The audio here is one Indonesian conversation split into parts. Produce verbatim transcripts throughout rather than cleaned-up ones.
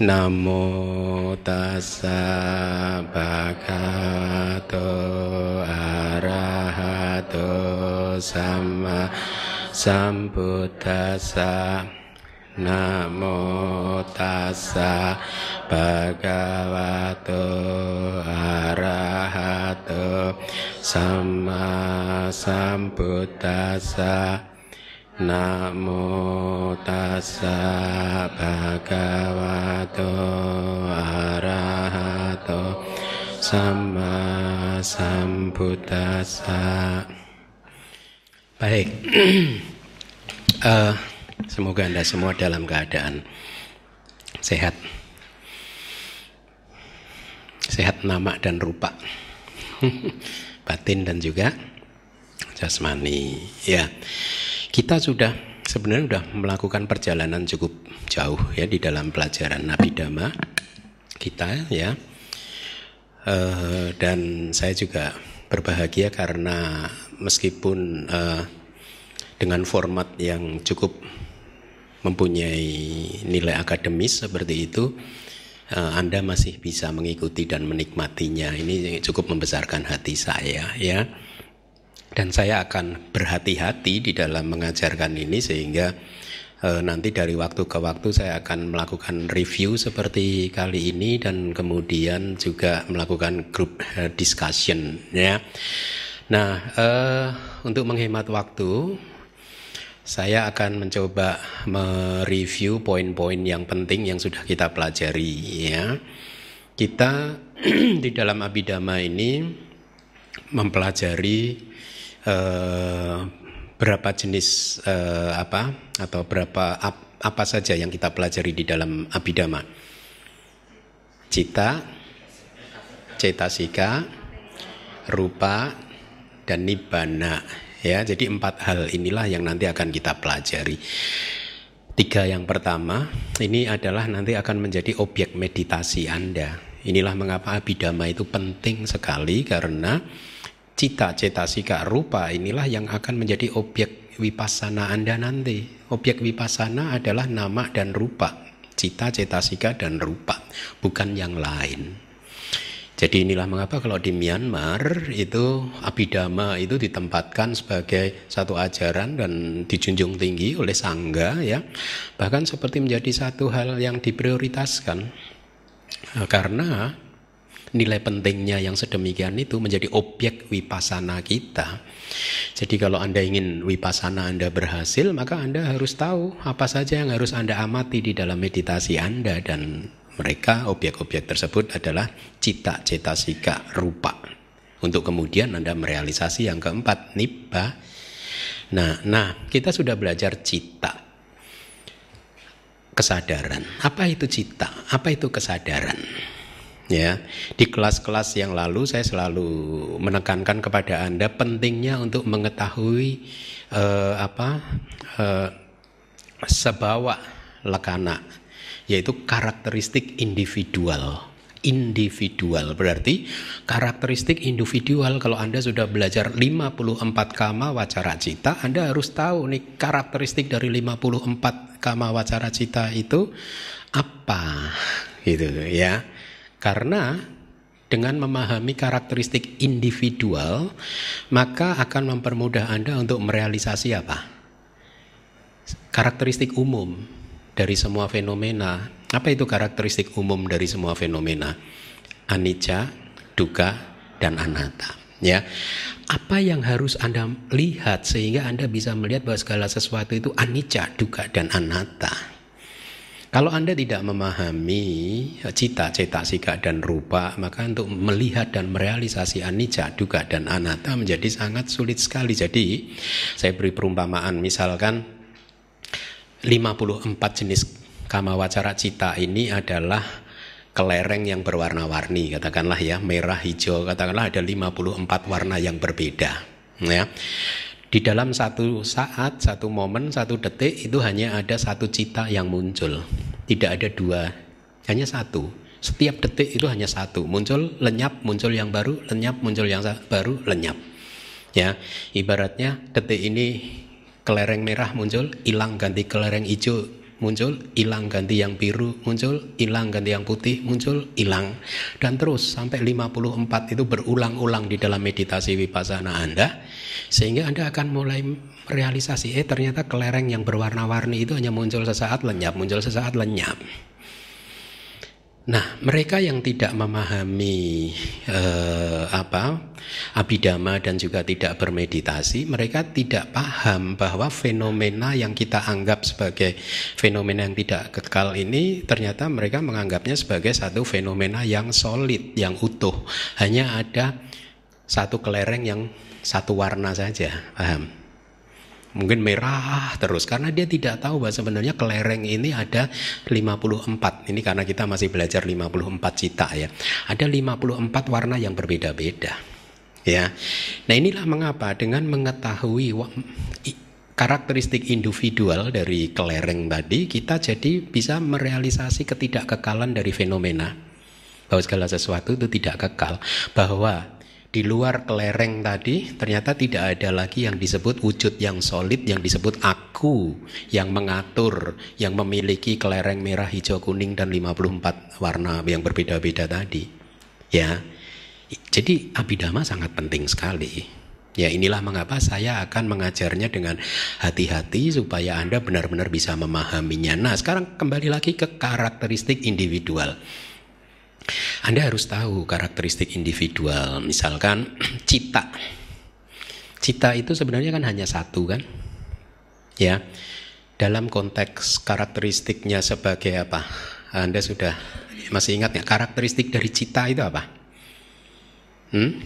Namo tassa bhagavato arahato samma sambuddhassa. Namo tassa bhagavato arahato samma sambuddhassa. Namo tassa bhagavato arahato samma sambuddhassa. Baik, uh, semoga Anda semua dalam keadaan sehat, sehat nama dan rupa, batin dan juga jasmani. Ya. Kita sudah sebenarnya sudah melakukan perjalanan cukup jauh ya di dalam pelajaran Abhidhamma kita ya, e, dan saya juga berbahagia karena meskipun e, dengan format yang cukup mempunyai nilai akademis seperti itu, e, Anda masih bisa mengikuti dan menikmatinya. Ini cukup membesarkan hati saya ya. Dan saya akan berhati-hati di dalam mengajarkan ini sehingga e, nanti dari waktu ke waktu saya akan melakukan review seperti kali ini dan kemudian juga melakukan group discussion ya. Nah, e, untuk menghemat waktu saya akan mencoba mereview poin-poin yang penting yang sudah kita pelajari ya. Kita di dalam Abhidhamma ini mempelajari Uh, berapa jenis uh, apa atau berapa ap, apa saja yang kita pelajari di dalam Abhidhamma. Cita, cetasika, rupa, dan nibbana. Ya, jadi empat hal inilah yang nanti akan kita pelajari. Tiga yang pertama ini adalah nanti akan menjadi objek meditasi Anda. Inilah mengapa Abhidhamma itu penting sekali, karena cita, cetasika, rupa inilah yang akan menjadi objek vipassana Anda nanti. Objek vipassana adalah nama dan rupa, cita, cetasika, dan rupa, bukan yang lain. Jadi inilah mengapa kalau di Myanmar itu Abhidhamma itu ditempatkan sebagai satu ajaran dan dijunjung tinggi oleh Sangha ya. Bahkan seperti menjadi satu hal yang diprioritaskan. Karena nilai pentingnya yang sedemikian itu menjadi objek vipassana kita. Jadi kalau Anda ingin vipassana Anda berhasil, maka Anda harus tahu apa saja yang harus Anda amati di dalam meditasi Anda. Dan mereka, objek-objek tersebut adalah cita, cetasika, rupa. Untuk kemudian Anda merealisasi yang keempat, nibba. Nah, nah, kita sudah belajar cita, kesadaran. Apa itu cita? Apa itu kesadaran? Ya, di kelas-kelas yang lalu saya selalu menekankan kepada Anda pentingnya untuk mengetahui eh, apa eh, sebawa lekana, yaitu karakteristik individual. Individual berarti karakteristik individual. Kalau Anda sudah belajar lima puluh empat kama wacara cita, Anda harus tahu nih karakteristik dari lima puluh empat kama wacara cita itu apa, gitu ya. Karena dengan memahami karakteristik individual, maka akan mempermudah Anda untuk merealisasi apa? Karakteristik umum dari semua fenomena. Apa itu karakteristik umum dari semua fenomena? Anicca, dukkha, dan anatta. Ya, apa yang harus Anda lihat sehingga Anda bisa melihat bahwa segala sesuatu itu anicca, dukkha, dan anatta? Kalau Anda tidak memahami cita, cetasika, dan rupa, maka untuk melihat dan merealisasi anicca, dukkha, dan anatta menjadi sangat sulit sekali. Jadi saya beri perumpamaan, misalkan lima puluh empat jenis kama wacara cita ini adalah kelereng yang berwarna-warni, katakanlah ya, merah, hijau, katakanlah ada lima puluh empat warna yang berbeda ya. Di dalam satu saat, satu momen, satu detik itu hanya ada satu cita yang muncul. Tidak ada dua, hanya satu. Setiap detik itu hanya satu. Muncul, lenyap, muncul yang baru, lenyap, muncul yang baru, lenyap. Ya, ibaratnya detik ini kelereng merah muncul, hilang, ganti kelereng hijau, muncul, hilang, ganti yang biru, muncul, hilang, ganti yang putih, muncul, hilang. Dan terus sampai lima puluh empat itu berulang-ulang di dalam meditasi vipassana Anda, sehingga Anda akan mulai realisasi, eh ternyata kelereng yang berwarna-warni itu hanya muncul sesaat lenyap, muncul sesaat lenyap. Nah, mereka yang tidak memahami eh, apa abhidhamma dan juga tidak bermeditasi, mereka tidak paham bahwa fenomena yang kita anggap sebagai fenomena yang tidak kekal ini, ternyata mereka menganggapnya sebagai satu fenomena yang solid, yang utuh. Hanya ada satu kelereng yang satu warna saja, paham? Mungkin merah terus, karena dia tidak tahu bahwa sebenarnya kelereng ini ada lima puluh empat. Ini karena kita masih belajar lima puluh empat cita ya. Ada lima puluh empat warna yang berbeda-beda. Ya. Nah, inilah mengapa dengan mengetahui karakteristik individual dari kelereng tadi, kita jadi bisa merealisasi ketidakkekalan dari fenomena. Bahwa segala sesuatu itu tidak kekal, bahwa di luar kelereng tadi ternyata tidak ada lagi yang disebut wujud yang solid, yang disebut aku, yang mengatur, yang memiliki kelereng merah, hijau, kuning dan lima puluh empat warna yang berbeda-beda tadi. Ya. Jadi abhidhamma sangat penting sekali. Ya, inilah mengapa saya akan mengajarnya dengan hati-hati supaya Anda benar-benar bisa memahaminya. Nah, sekarang kembali lagi ke karakteristik individual. Anda harus tahu karakteristik individual. Misalkan cita. Cita itu sebenarnya kan hanya satu kan? Ya. Dalam konteks karakteristiknya sebagai apa? Anda sudah masih ingat ya? Karakteristik dari cita itu apa? Hmm?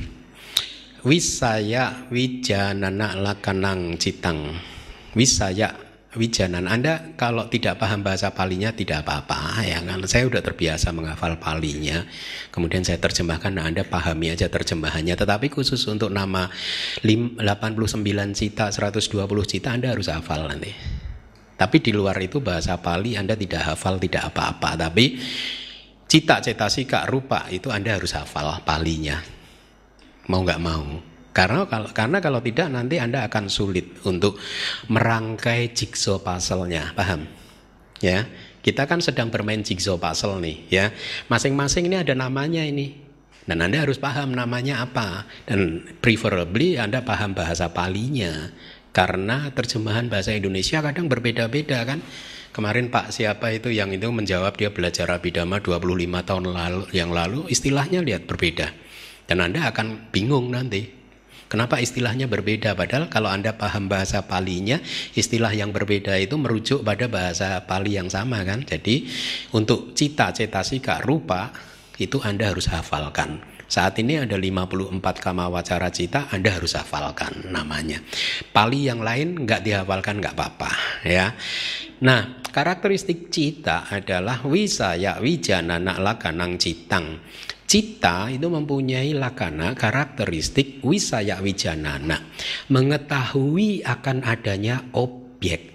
Wisaya wijanana lakanang citang. Wisaya Wijanan. Anda kalau tidak paham bahasa Palinya tidak apa-apa ya kan. Saya sudah terbiasa menghafal Palinya. Kemudian saya terjemahkan, nah Anda pahami aja terjemahannya. Tetapi khusus untuk nama delapan puluh sembilan cita, seratus dua puluh cita Anda harus hafal nanti. Tapi di luar itu bahasa Pali Anda tidak hafal tidak apa-apa. Tapi cita, cetasika, rupa itu Anda harus hafal Palinya. Mau nggak mau. Karena kalau, karena kalau tidak nanti Anda akan sulit untuk merangkai jigsaw puzzle-nya, paham? Ya, kita kan sedang bermain jigsaw puzzle nih, ya. Masing-masing ini ada namanya ini, dan Anda harus paham namanya apa, dan preferably Anda paham bahasa Palinya, karena terjemahan bahasa Indonesia kadang berbeda-beda kan. Kemarin Pak siapa itu yang itu menjawab dia belajar abhidhamma dua puluh lima tahun lalu, yang lalu istilahnya lihat berbeda, dan Anda akan bingung nanti. Kenapa istilahnya berbeda? Padahal kalau Anda paham bahasa Palinya, istilah yang berbeda itu merujuk pada bahasa Pali yang sama kan. Jadi untuk cita, cetasika, rupa itu Anda harus hafalkan. Saat ini ada lima puluh empat kama wacara cita, Anda harus hafalkan namanya. Pali yang lain nggak dihafalkan nggak apa-apa ya. Nah, karakteristik cita adalah wisaya wijanana lakanang citang. Cita itu mempunyai lakana karakteristik wisaya wijanana, mengetahui akan adanya objek.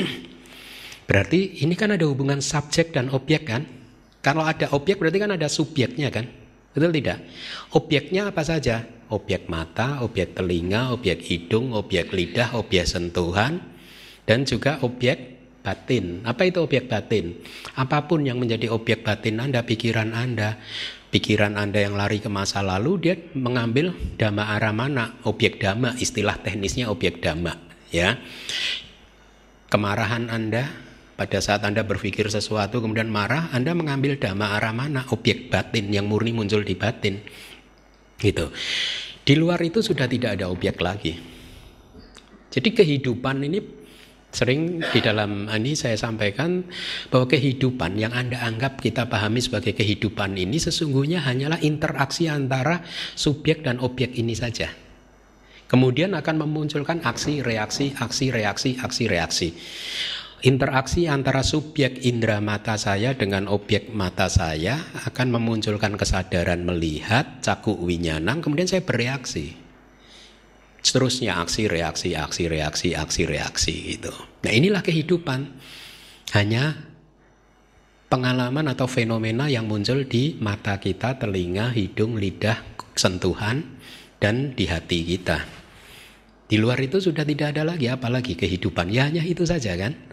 Berarti ini kan ada hubungan subjek dan objek kan? Kalau ada objek berarti kan ada subjeknya kan? Betul tidak? Objeknya apa saja? Objek mata, objek telinga, objek hidung, objek lidah, objek sentuhan, dan juga objek batin. Apa itu objek batin? Apapun yang menjadi objek batin Anda, pikiran Anda, pikiran Anda yang lari ke masa lalu, dia mengambil dhamma aramana, objek dhamma, istilah teknisnya objek dhamma, ya. Kemarahan Anda, pada saat Anda berpikir sesuatu kemudian marah, Anda mengambil dhamma aramana, objek batin yang murni muncul di batin. Gitu. Di luar itu sudah tidak ada objek lagi. Jadi kehidupan ini sering di dalam ini saya sampaikan bahwa kehidupan yang Anda anggap kita pahami sebagai kehidupan ini sesungguhnya hanyalah interaksi antara subjek dan objek ini saja. Kemudian akan memunculkan aksi, reaksi, aksi, reaksi, aksi, reaksi. Interaksi antara subjek indera mata saya dengan objek mata saya akan memunculkan kesadaran melihat, caku winyanang, kemudian saya bereaksi. Seterusnya aksi, reaksi, aksi, reaksi, aksi, reaksi gitu. Nah inilah kehidupan. Hanya pengalaman atau fenomena yang muncul di mata kita, telinga, hidung, lidah, sentuhan, dan di hati kita. Di luar itu sudah tidak ada lagi, apalagi kehidupan. Ya hanya itu saja kan.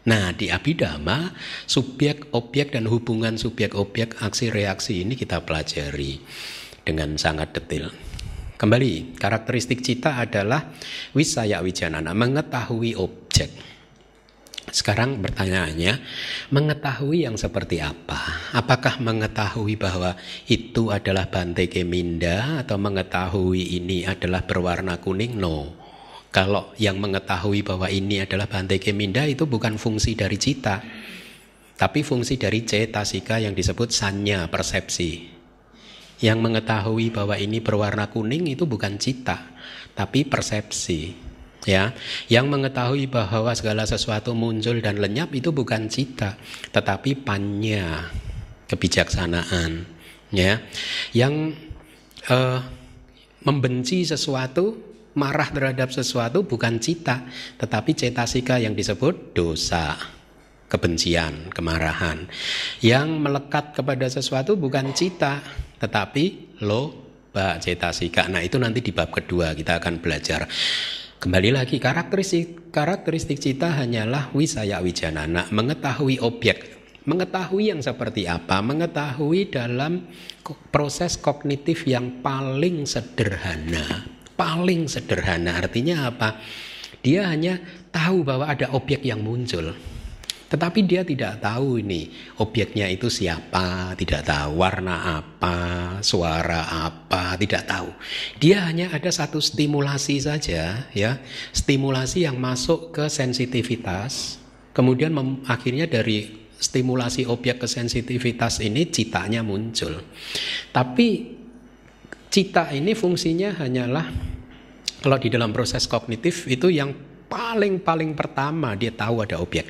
Nah, di Abhidhamma, subjek, objek, dan hubungan subjek-objek, aksi-reaksi ini kita pelajari dengan sangat detail. Kembali, karakteristik cita adalah wisaya wijanana, mengetahui objek. Sekarang pertanyaannya, mengetahui yang seperti apa? Apakah mengetahui bahwa itu adalah Bante Keminda atau mengetahui ini adalah berwarna kuning? No. Kalau yang mengetahui bahwa ini adalah Bante Keminda itu bukan fungsi dari cita, tapi fungsi dari cetasika yang disebut sanya, persepsi. Yang mengetahui bahwa ini berwarna kuning itu bukan cita, tapi persepsi. Ya, yang mengetahui bahwa segala sesuatu muncul dan lenyap itu bukan cita, tetapi panya, kebijaksanaan. Ya, yang uh, membenci sesuatu, marah terhadap sesuatu bukan cita, tetapi cetasika yang disebut dosa, kebencian, kemarahan. Yang melekat kepada sesuatu bukan cita, tetapi loba, cetasika. Nah, itu nanti di bab kedua kita akan belajar. Kembali lagi, karakteristik karakteristik cita hanyalah wisaya wijanana, mengetahui objek. Mengetahui yang seperti apa? Mengetahui dalam proses kognitif yang paling sederhana. Paling sederhana artinya apa? Dia hanya tahu bahwa ada objek yang muncul, tetapi dia tidak tahu ini objeknya itu siapa, tidak tahu warna apa, suara apa, tidak tahu. Dia hanya ada satu stimulasi saja, ya, stimulasi yang masuk ke sensitivitas, kemudian mem- akhirnya dari stimulasi objek ke sensitivitas ini citanya muncul. Tapi cita ini fungsinya hanyalah, kalau di dalam proses kognitif itu yang paling-paling pertama dia tahu ada objek.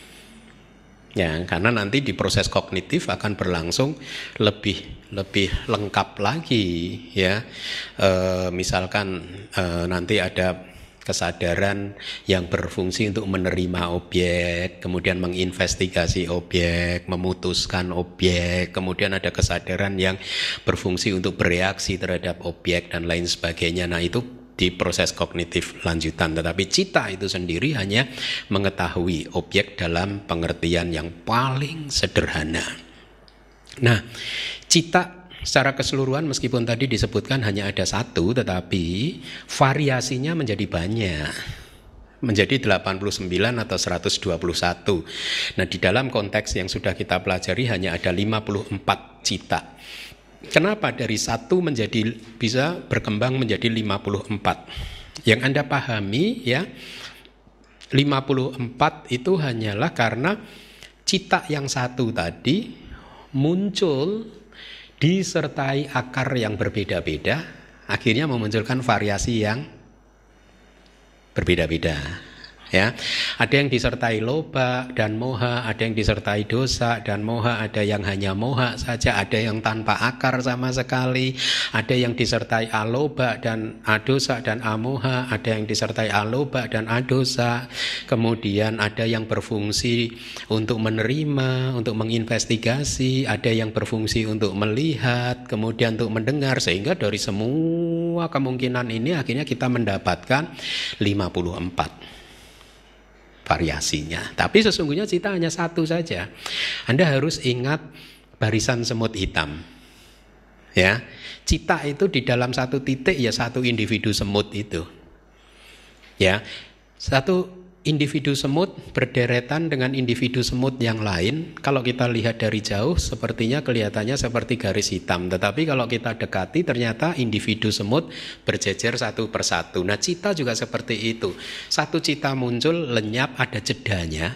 Ya, karena nanti di proses kognitif akan berlangsung lebih lebih lengkap lagi, ya. E, misalkan e, nanti ada kesadaran yang berfungsi untuk menerima objek, kemudian menginvestigasi objek, memutuskan objek, kemudian ada kesadaran yang berfungsi untuk bereaksi terhadap objek dan lain sebagainya. Nah, itu di proses kognitif lanjutan, tetapi cita itu sendiri hanya mengetahui objek dalam pengertian yang paling sederhana. Nah, cita secara keseluruhan meskipun tadi disebutkan hanya ada satu, tetapi variasinya menjadi banyak, menjadi delapan puluh sembilan atau seratus dua puluh satu. Nah, di dalam konteks yang sudah kita pelajari hanya ada lima puluh empat cita. Kenapa dari satu menjadi bisa berkembang menjadi lima puluh empat? Yang Anda pahami, ya, lima puluh empat itu hanyalah karena cita yang satu tadi muncul disertai akar yang berbeda-beda, akhirnya memunculkan variasi yang berbeda-beda. Ya, ada yang disertai loba dan moha, ada yang disertai dosa dan moha, ada yang hanya moha saja, ada yang tanpa akar sama sekali, ada yang disertai aloba dan adosa dan amoha, ada yang disertai aloba dan adosa, kemudian ada yang berfungsi untuk menerima, untuk menginvestigasi, ada yang berfungsi untuk melihat, kemudian untuk mendengar, sehingga dari semua kemungkinan ini akhirnya kita mendapatkan lima puluh empat variasinya. Tapi sesungguhnya cita hanya satu saja. Anda harus ingat barisan semut hitam. Ya, cita itu di dalam satu titik ya satu individu semut itu. Ya, satu individu semut berderetan dengan individu semut yang lain. Kalau kita lihat dari jauh sepertinya kelihatannya seperti garis hitam, tetapi kalau kita dekati ternyata individu semut berjejer satu persatu. Nah, cita juga seperti itu. Satu cita muncul, lenyap, ada jedanya.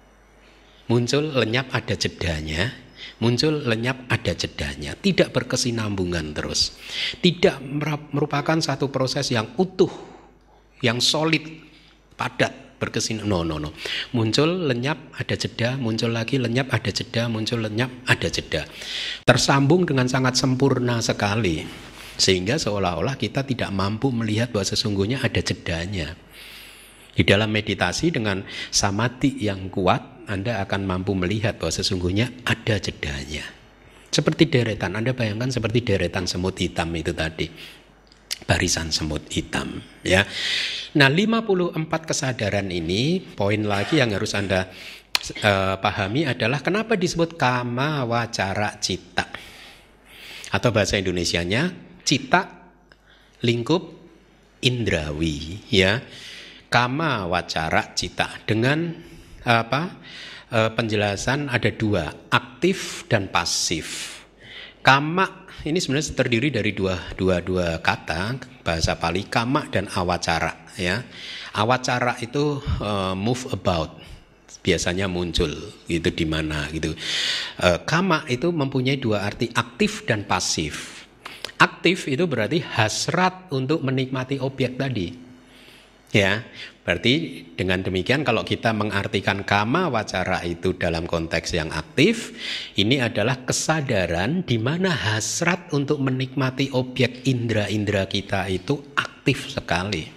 Muncul, lenyap, ada jedanya. Muncul, lenyap, ada jedanya. Tidak berkesinambungan terus. Tidak merupakan satu proses yang utuh, yang solid, padat. Berkesin, no, no, no. Muncul, lenyap, ada jeda, muncul lagi, lenyap, ada jeda, muncul, lenyap, ada jeda. Tersambung dengan sangat sempurna sekali. Sehingga seolah-olah kita tidak mampu melihat bahwa sesungguhnya ada jedanya. Di dalam meditasi dengan samadhi yang kuat, Anda akan mampu melihat bahwa sesungguhnya ada jedanya. Seperti deretan, Anda bayangkan seperti deretan semut hitam itu tadi. Barisan semut hitam, ya. Nah, lima puluh empat kesadaran ini, poin lagi yang harus Anda eh, pahami adalah kenapa disebut kama wacara cita, atau bahasa Indonesianya cita lingkup indrawi, ya. Kama wacara cita dengan apa? E, penjelasan ada dua, aktif dan pasif. Kama ini sebenarnya terdiri dari dua dua dua kata bahasa Pali, kama dan awacara, ya. Awacara itu e, move about, biasanya muncul gitu di mana gitu. E, kama itu mempunyai dua arti, aktif dan pasif. Aktif itu berarti hasrat untuk menikmati objek tadi. Ya, berarti dengan demikian kalau kita mengartikan kama wacara itu dalam konteks yang aktif, ini adalah kesadaran di mana hasrat untuk menikmati objek indera-indera kita itu aktif sekali.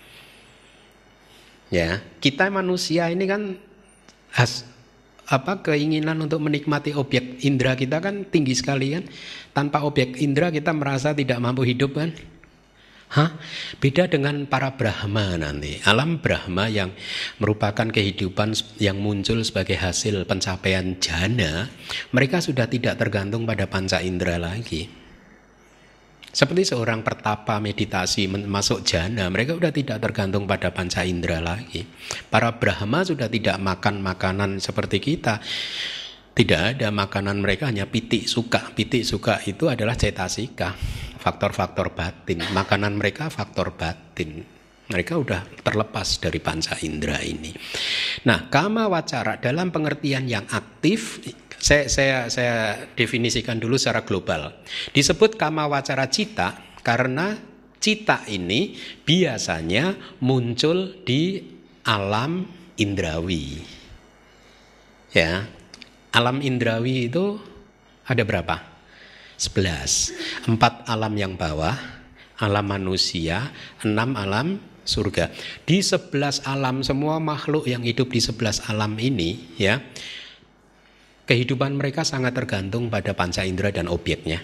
Ya, kita manusia ini kan has, apa keinginan untuk menikmati objek indera kita kan tinggi sekali kan. Tanpa objek indera kita merasa tidak mampu hidup kan. Hah? Beda dengan para Brahma nanti. Alam Brahma yang merupakan kehidupan yang muncul sebagai hasil pencapaian jana, mereka sudah tidak tergantung pada panca indera lagi. Seperti seorang pertapa meditasi masuk jana, mereka sudah tidak tergantung pada panca indera lagi. Para Brahma sudah tidak makan makanan seperti kita. Tidak ada makanan mereka, hanya piti suka. Piti suka itu adalah cetasika, faktor-faktor batin. Makanan mereka faktor batin. Mereka udah terlepas dari panca indera ini. Nah, kama wacara dalam pengertian yang aktif, saya, saya, saya definisikan dulu secara global. Disebut kama wacara cita karena cita ini biasanya muncul di alam indrawi. Ya. Alam indrawi itu ada berapa? sebelas. Empat alam yang bawah, alam manusia, enam alam surga. Di sebelas alam, semua makhluk yang hidup di sebelas alam ini, ya, kehidupan mereka sangat tergantung pada panca indera dan objeknya.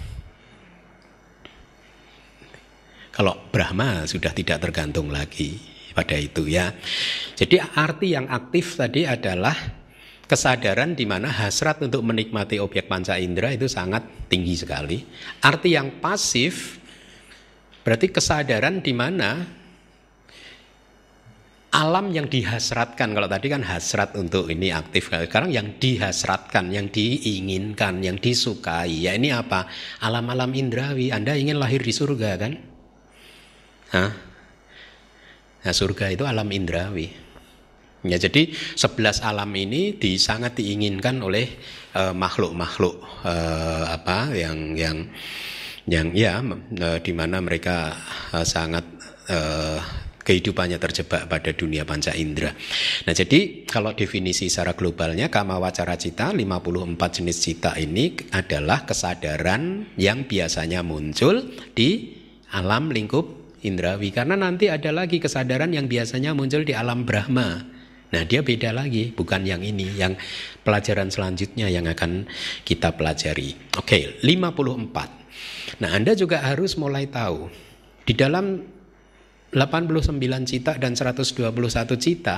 Kalau Brahma sudah tidak tergantung lagi pada itu, ya. Jadi arti yang aktif tadi adalah kesadaran di mana hasrat untuk menikmati objek panca indera itu sangat tinggi sekali. Arti yang pasif berarti kesadaran di mana alam yang dihasratkan. Kalau tadi kan hasrat untuk ini aktif, sekarang yang dihasratkan, yang diinginkan, yang disukai. Ya ini apa? Alam-alam indrawi. Anda ingin lahir di surga kan? Hah? Nah, surga itu alam indrawi. Ya, jadi sebelas alam ini di, sangat diinginkan oleh uh, makhluk-makhluk uh, apa yang yang yang ya uh, di mana mereka uh, sangat uh, kehidupannya terjebak pada dunia panca indera. Nah, jadi kalau definisi secara globalnya kama wacara cita, lima puluh empat jenis cita ini adalah kesadaran yang biasanya muncul di alam lingkup indrawi, karena nanti ada lagi kesadaran yang biasanya muncul di alam Brahma. Nah, dia beda lagi, bukan yang ini, yang pelajaran selanjutnya yang akan kita pelajari. Oke, lima puluh empat. Nah, Anda juga harus mulai tahu, di dalam delapan puluh sembilan cita dan seratus dua puluh satu cita,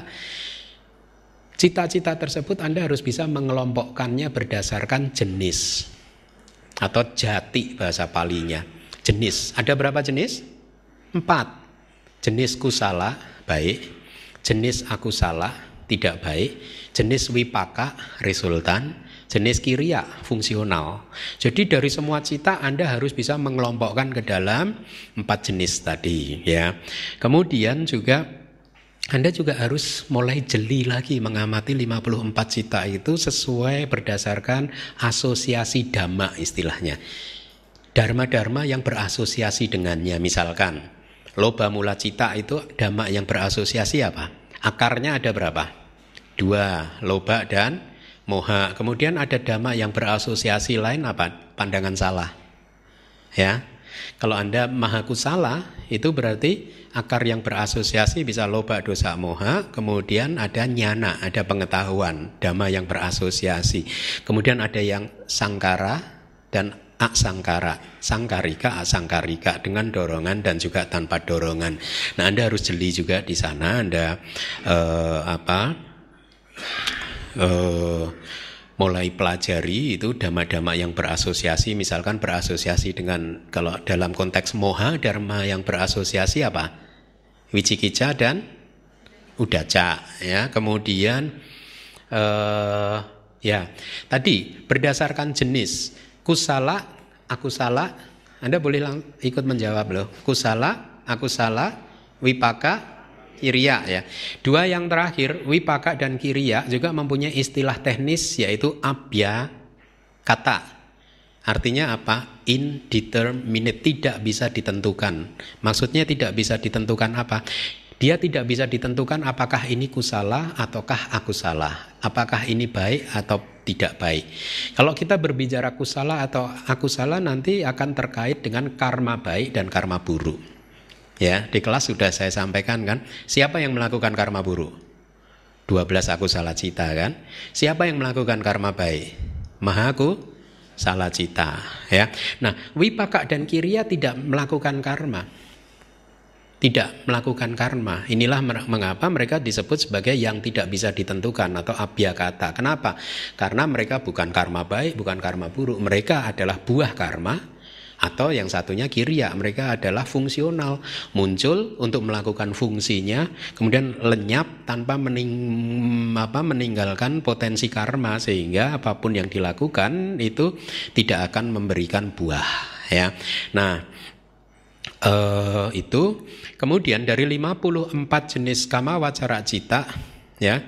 cita-cita tersebut Anda harus bisa mengelompokkannya berdasarkan jenis atau jati bahasa Palinya. Jenis, ada berapa jenis? Empat. Jenis kusala, baik. Jenis akusala, tidak baik. Jenis wipaka, resultan. Jenis kiriya, fungsional. Jadi dari semua cita Anda harus bisa mengelompokkan ke dalam empat jenis tadi, ya. Kemudian juga Anda juga harus mulai jeli lagi mengamati lima puluh empat cita itu sesuai berdasarkan asosiasi dhamma istilahnya. Dharma-dharma yang berasosiasi dengannya, misalkan loba mula cita itu dhamma yang berasosiasi apa? Akarnya ada berapa? Dua, loba dan moha. Kemudian ada dhamma yang berasosiasi lain apa? Pandangan salah. Ya. Kalau Anda maha kusala, itu berarti akar yang berasosiasi bisa loba, dosa, moha. Kemudian ada nyana, ada pengetahuan, dhamma yang berasosiasi. Kemudian ada yang sangkara dan asangkara, sangkarika, asangkarika, dengan dorongan dan juga tanpa dorongan. Nah, Anda harus jeli juga di sana. Anda eh, apa eh, mulai pelajari itu dhamma-dhamma yang berasosiasi, misalkan berasosiasi dengan, kalau dalam konteks moha, dharma yang berasosiasi apa? Wicikicca dan uddacca, ya. Kemudian eh, ya tadi berdasarkan jenis kusala, akusala, Anda boleh lang- ikut menjawab loh. Kusala, akusala, wipaka, kiriya, ya. Dua yang terakhir, wipaka dan kiriya, juga mempunyai istilah teknis yaitu abya kata. Artinya apa? Indeterminate, tidak bisa ditentukan. Maksudnya tidak bisa ditentukan apa? Dia tidak bisa ditentukan apakah ini kusala ataukah akusala, apakah ini baik atau tidak baik. Kalau kita berbicara kusala atau akusala nanti akan terkait dengan karma baik dan karma buruk. Ya, di kelas sudah saya sampaikan kan, siapa yang melakukan karma buruk? dua belas akusala cita kan. Siapa yang melakukan karma baik? Mahakusala cita, ya. Nah, wipaka dan kiriya tidak melakukan karma. Tidak melakukan karma. Inilah mengapa mereka disebut sebagai yang tidak bisa ditentukan atau abhyakata. Kenapa? Karena mereka bukan karma baik, bukan karma buruk. Mereka adalah buah karma. Atau yang satunya kiriya, mereka adalah fungsional, muncul untuk melakukan fungsinya, kemudian lenyap tanpa mening, apa, meninggalkan potensi karma, sehingga apapun yang dilakukan itu tidak akan memberikan buah, ya. Nah, eh, itu kemudian dari lima puluh empat jenis kama wacara cita, ya.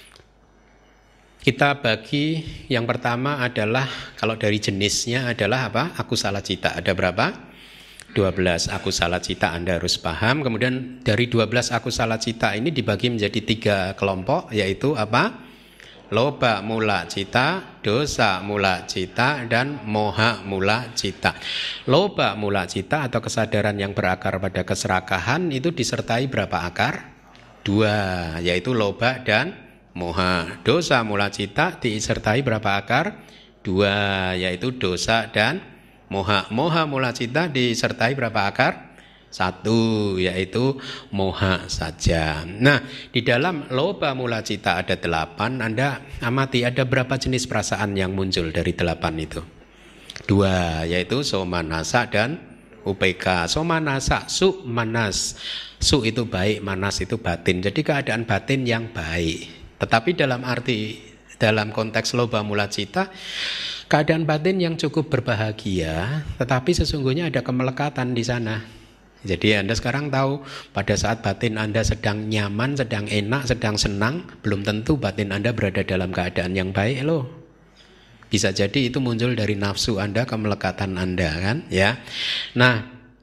Kita bagi, yang pertama adalah, kalau dari jenisnya adalah apa? Akusala cita. Ada berapa? dua belas akusala cita, Anda harus paham. Kemudian dari dua belas akusala cita ini dibagi menjadi tiga kelompok, yaitu apa? Loba mula cita, dosa mula cita, dan moha mula cita. Loba mula cita atau kesadaran yang berakar pada keserakahan itu disertai berapa akar? Dua, yaitu loba dan moha. Dosa mula cita disertai berapa akar? Dua, yaitu dosa dan moha. Moha mula cita disertai berapa akar? Satu, yaitu moha saja. Nah, di dalam loba mula cita ada delapan. Anda amati ada berapa jenis perasaan yang muncul dari delapan itu? Dua, yaitu somanasa dan upeka. Somanasa, su manas. Su itu baik, manas itu batin. Jadi keadaan batin yang baik. Tetapi dalam arti, dalam konteks loba mula cita, keadaan batin yang cukup berbahagia, tetapi sesungguhnya ada kemelekatan di sana. Jadi Anda sekarang tahu, pada saat batin Anda sedang nyaman, sedang enak, sedang senang, belum tentu batin Anda berada dalam keadaan yang baik loh. Bisa jadi itu muncul dari nafsu Anda, kemelekatan Anda kan, ya. Nah,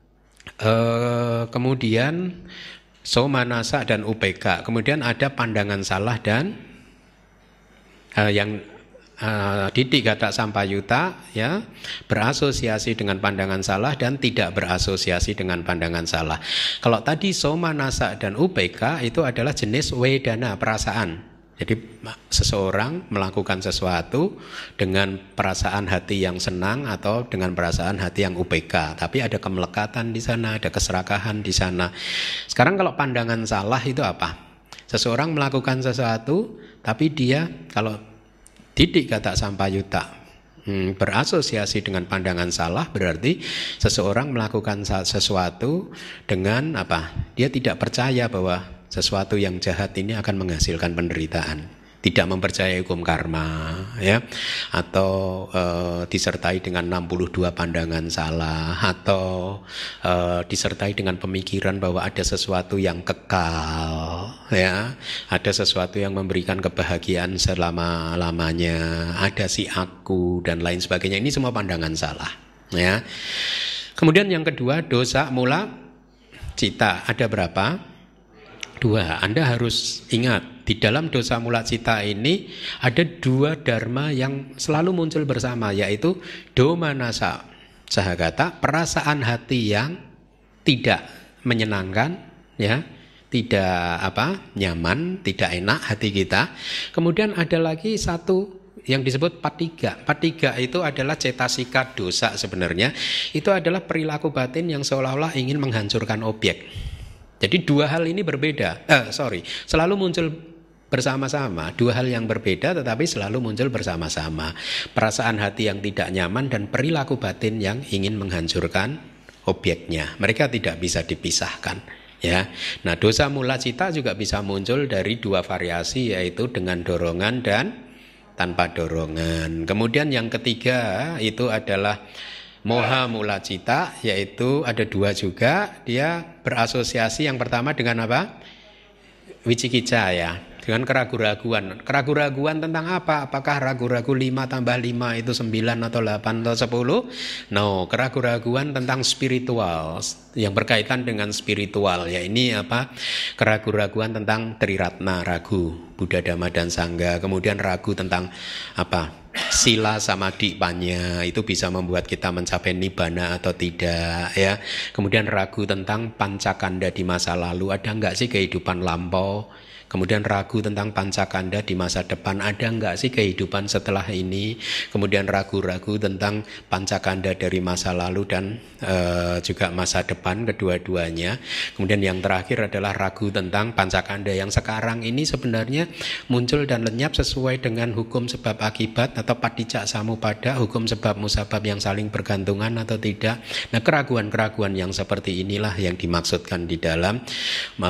eh, kemudian somanasa dan upeka. Kemudian ada pandangan salah dan uh, yang uh, didik kata sampayuta, ya, berasosiasi dengan pandangan salah dan tidak berasosiasi dengan pandangan salah. Kalau tadi somanasa dan upeka itu adalah jenis wedana, perasaan. Jadi seseorang melakukan sesuatu dengan perasaan hati yang senang atau dengan perasaan hati yang upeka, tapi ada kemelekatan di sana, ada keserakahan di sana. Sekarang kalau pandangan salah itu apa? Seseorang melakukan sesuatu, tapi dia kalau didik kata sampayuta hmm, berasosiasi dengan pandangan salah, berarti seseorang melakukan sesuatu dengan apa? Dia tidak percaya bahwa sesuatu yang jahat ini akan menghasilkan penderitaan, tidak mempercayai hukum karma, ya, atau e, disertai dengan enam puluh dua pandangan salah, atau e, disertai dengan pemikiran bahwa ada sesuatu yang kekal, ya, ada sesuatu yang memberikan kebahagiaan selama-lamanya, ada si aku dan lain sebagainya. Ini semua pandangan salah, ya. Kemudian yang kedua, dosa mula cita. Ada berapa? Dua. Anda harus ingat, di dalam dosa mula cita ini ada dua dharma yang selalu muncul bersama, yaitu domanasa sahagata, perasaan hati yang tidak menyenangkan, ya, tidak apa nyaman, tidak enak hati kita. Kemudian ada lagi satu yang disebut patiga. Patiga itu adalah cetasika dosa sebenarnya. Itu adalah perilaku batin yang seolah-olah ingin menghancurkan objek. Jadi dua hal ini berbeda, eh, sorry, selalu muncul bersama-sama. Dua hal yang berbeda tetapi selalu muncul bersama-sama. Perasaan hati yang tidak nyaman dan perilaku batin yang ingin menghancurkan objeknya. Mereka tidak bisa dipisahkan. Ya, nah dosa mula cita juga bisa muncul dari dua variasi, yaitu dengan dorongan dan tanpa dorongan. Kemudian yang ketiga itu adalah moha mula cita, yaitu ada dua juga. Dia berasosiasi yang pertama dengan apa? Wicikica, ya, dengan keraguan-raguan. Keraguan-raguan tentang apa? Apakah ragu-ragu lima tambah lima itu sembilan atau delapan atau sepuluh? No, keraguan-raguan tentang spiritual, yang berkaitan dengan spiritual. Ya, ini apa? Keraguan-raguan tentang Triratna, ragu Buddha, Dhamma, dan Sangha. Kemudian ragu tentang apa? Sila samadhi panya, itu bisa membuat kita mencapai nibbana atau tidak, ya. Kemudian ragu tentang pancakanda di masa lalu, ada enggak sih kehidupan lampau? Kemudian ragu tentang pancakanda di masa depan, ada enggak sih kehidupan setelah ini? Kemudian ragu-ragu tentang pancakanda dari masa lalu dan e, juga masa depan, kedua-duanya. Kemudian yang terakhir adalah ragu tentang pancakanda yang sekarang ini sebenarnya muncul dan lenyap sesuai dengan hukum sebab akibat atau paticca samuppada, hukum sebab musabab yang saling bergantungan atau tidak. Nah, keraguan-keraguan yang seperti inilah yang dimaksudkan di dalam e,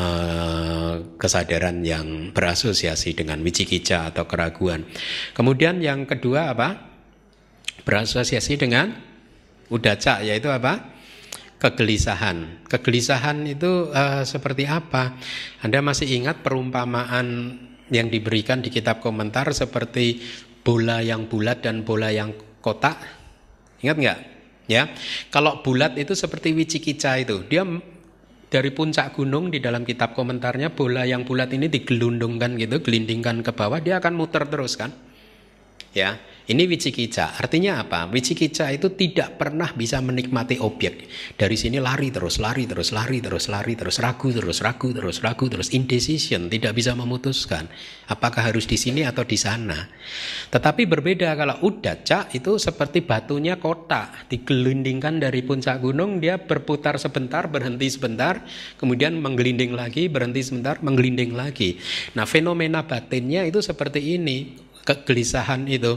kesadaran yang yang berasosiasi dengan wicikica atau keraguan. Kemudian yang kedua apa? Berasosiasi dengan udaca, yaitu apa? Kegelisahan. Kegelisahan itu uh, seperti apa? Anda masih ingat perumpamaan yang diberikan di kitab komentar seperti bola yang bulat dan bola yang kotak? Ingat nggak? Ya, kalau bulat itu seperti wicikica itu, dia dari puncak gunung, di dalam kitab komentarnya, bola yang bulat ini digelundungkan gitu, gelindingkan ke bawah, dia akan muter terus kan. Ya, ini wicikica. Artinya apa? Wicikica itu tidak pernah bisa menikmati objek. Dari sini lari terus, lari terus, lari terus, lari terus, ragu terus, ragu terus, ragu terus, indecision, tidak bisa memutuskan apakah harus di sini atau di sana. Tetapi berbeda kalau udaca itu seperti batunya kotak, digelindingkan dari puncak gunung, dia berputar sebentar, berhenti sebentar, kemudian menggelinding lagi, berhenti sebentar, menggelinding lagi. Nah, fenomena batinnya itu seperti ini. Kegelisahan itu,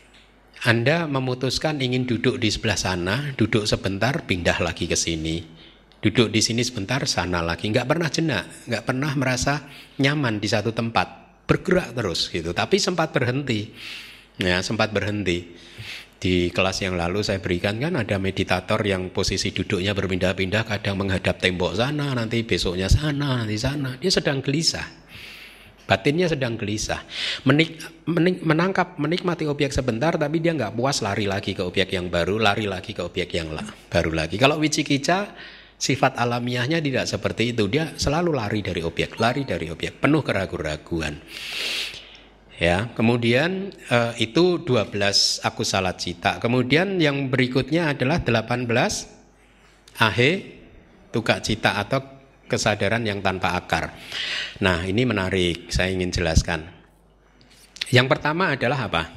Anda memutuskan ingin duduk di sebelah sana, duduk sebentar, pindah lagi ke sini, duduk di sini sebentar, sana lagi, nggak pernah jenak, nggak pernah merasa nyaman di satu tempat, bergerak terus gitu. Tapi sempat berhenti, ya sempat berhenti. Di kelas yang lalu saya berikan kan ada meditator yang posisi duduknya berpindah-pindah, kadang menghadap tembok sana, nanti besoknya sana, nanti sana, dia sedang gelisah. Batinnya sedang gelisah, Menik, menik, menangkap, menikmati objek sebentar, tapi dia nggak puas, lari lagi ke objek yang baru, lari lagi ke objek yang la, baru lagi. Kalau wicikica, sifat alamiahnya tidak seperti itu, dia selalu lari dari objek, lari dari objek, penuh keraguan-raguan. Ya, kemudian eh, itu dua belas akusala cita. Kemudian yang berikutnya adalah delapan belas ahe tuka cita atau kesadaran yang tanpa akar. Nah, ini menarik, saya ingin jelaskan. Yang pertama adalah apa?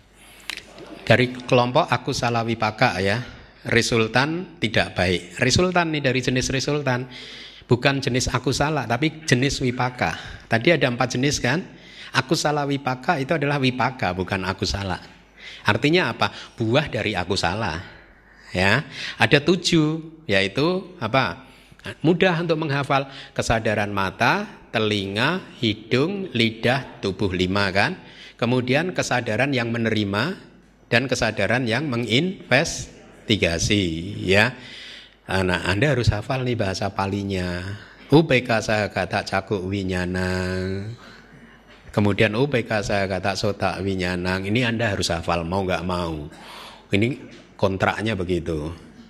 Dari kelompok akusala wipaka, ya, resultan tidak baik. Resultan nih dari jenis resultan, bukan jenis akusala tapi jenis wipaka. Tadi ada empat jenis kan? Akusala wipaka itu adalah wipaka, bukan akusala. Artinya apa? Buah dari akusala. Ya, ada tujuh, yaitu apa? Mudah untuk menghafal: kesadaran mata, telinga, hidung, lidah, tubuh lima kan. Kemudian kesadaran yang menerima dan kesadaran yang menginvestigasi, ya. Nah, Anda harus hafal nih bahasa Palinya. Ubeka sagata caku winyanang. Kemudian ubeka sagata sota winyanang. Ini Anda harus hafal mau nggak mau. Ini kontraknya begitu.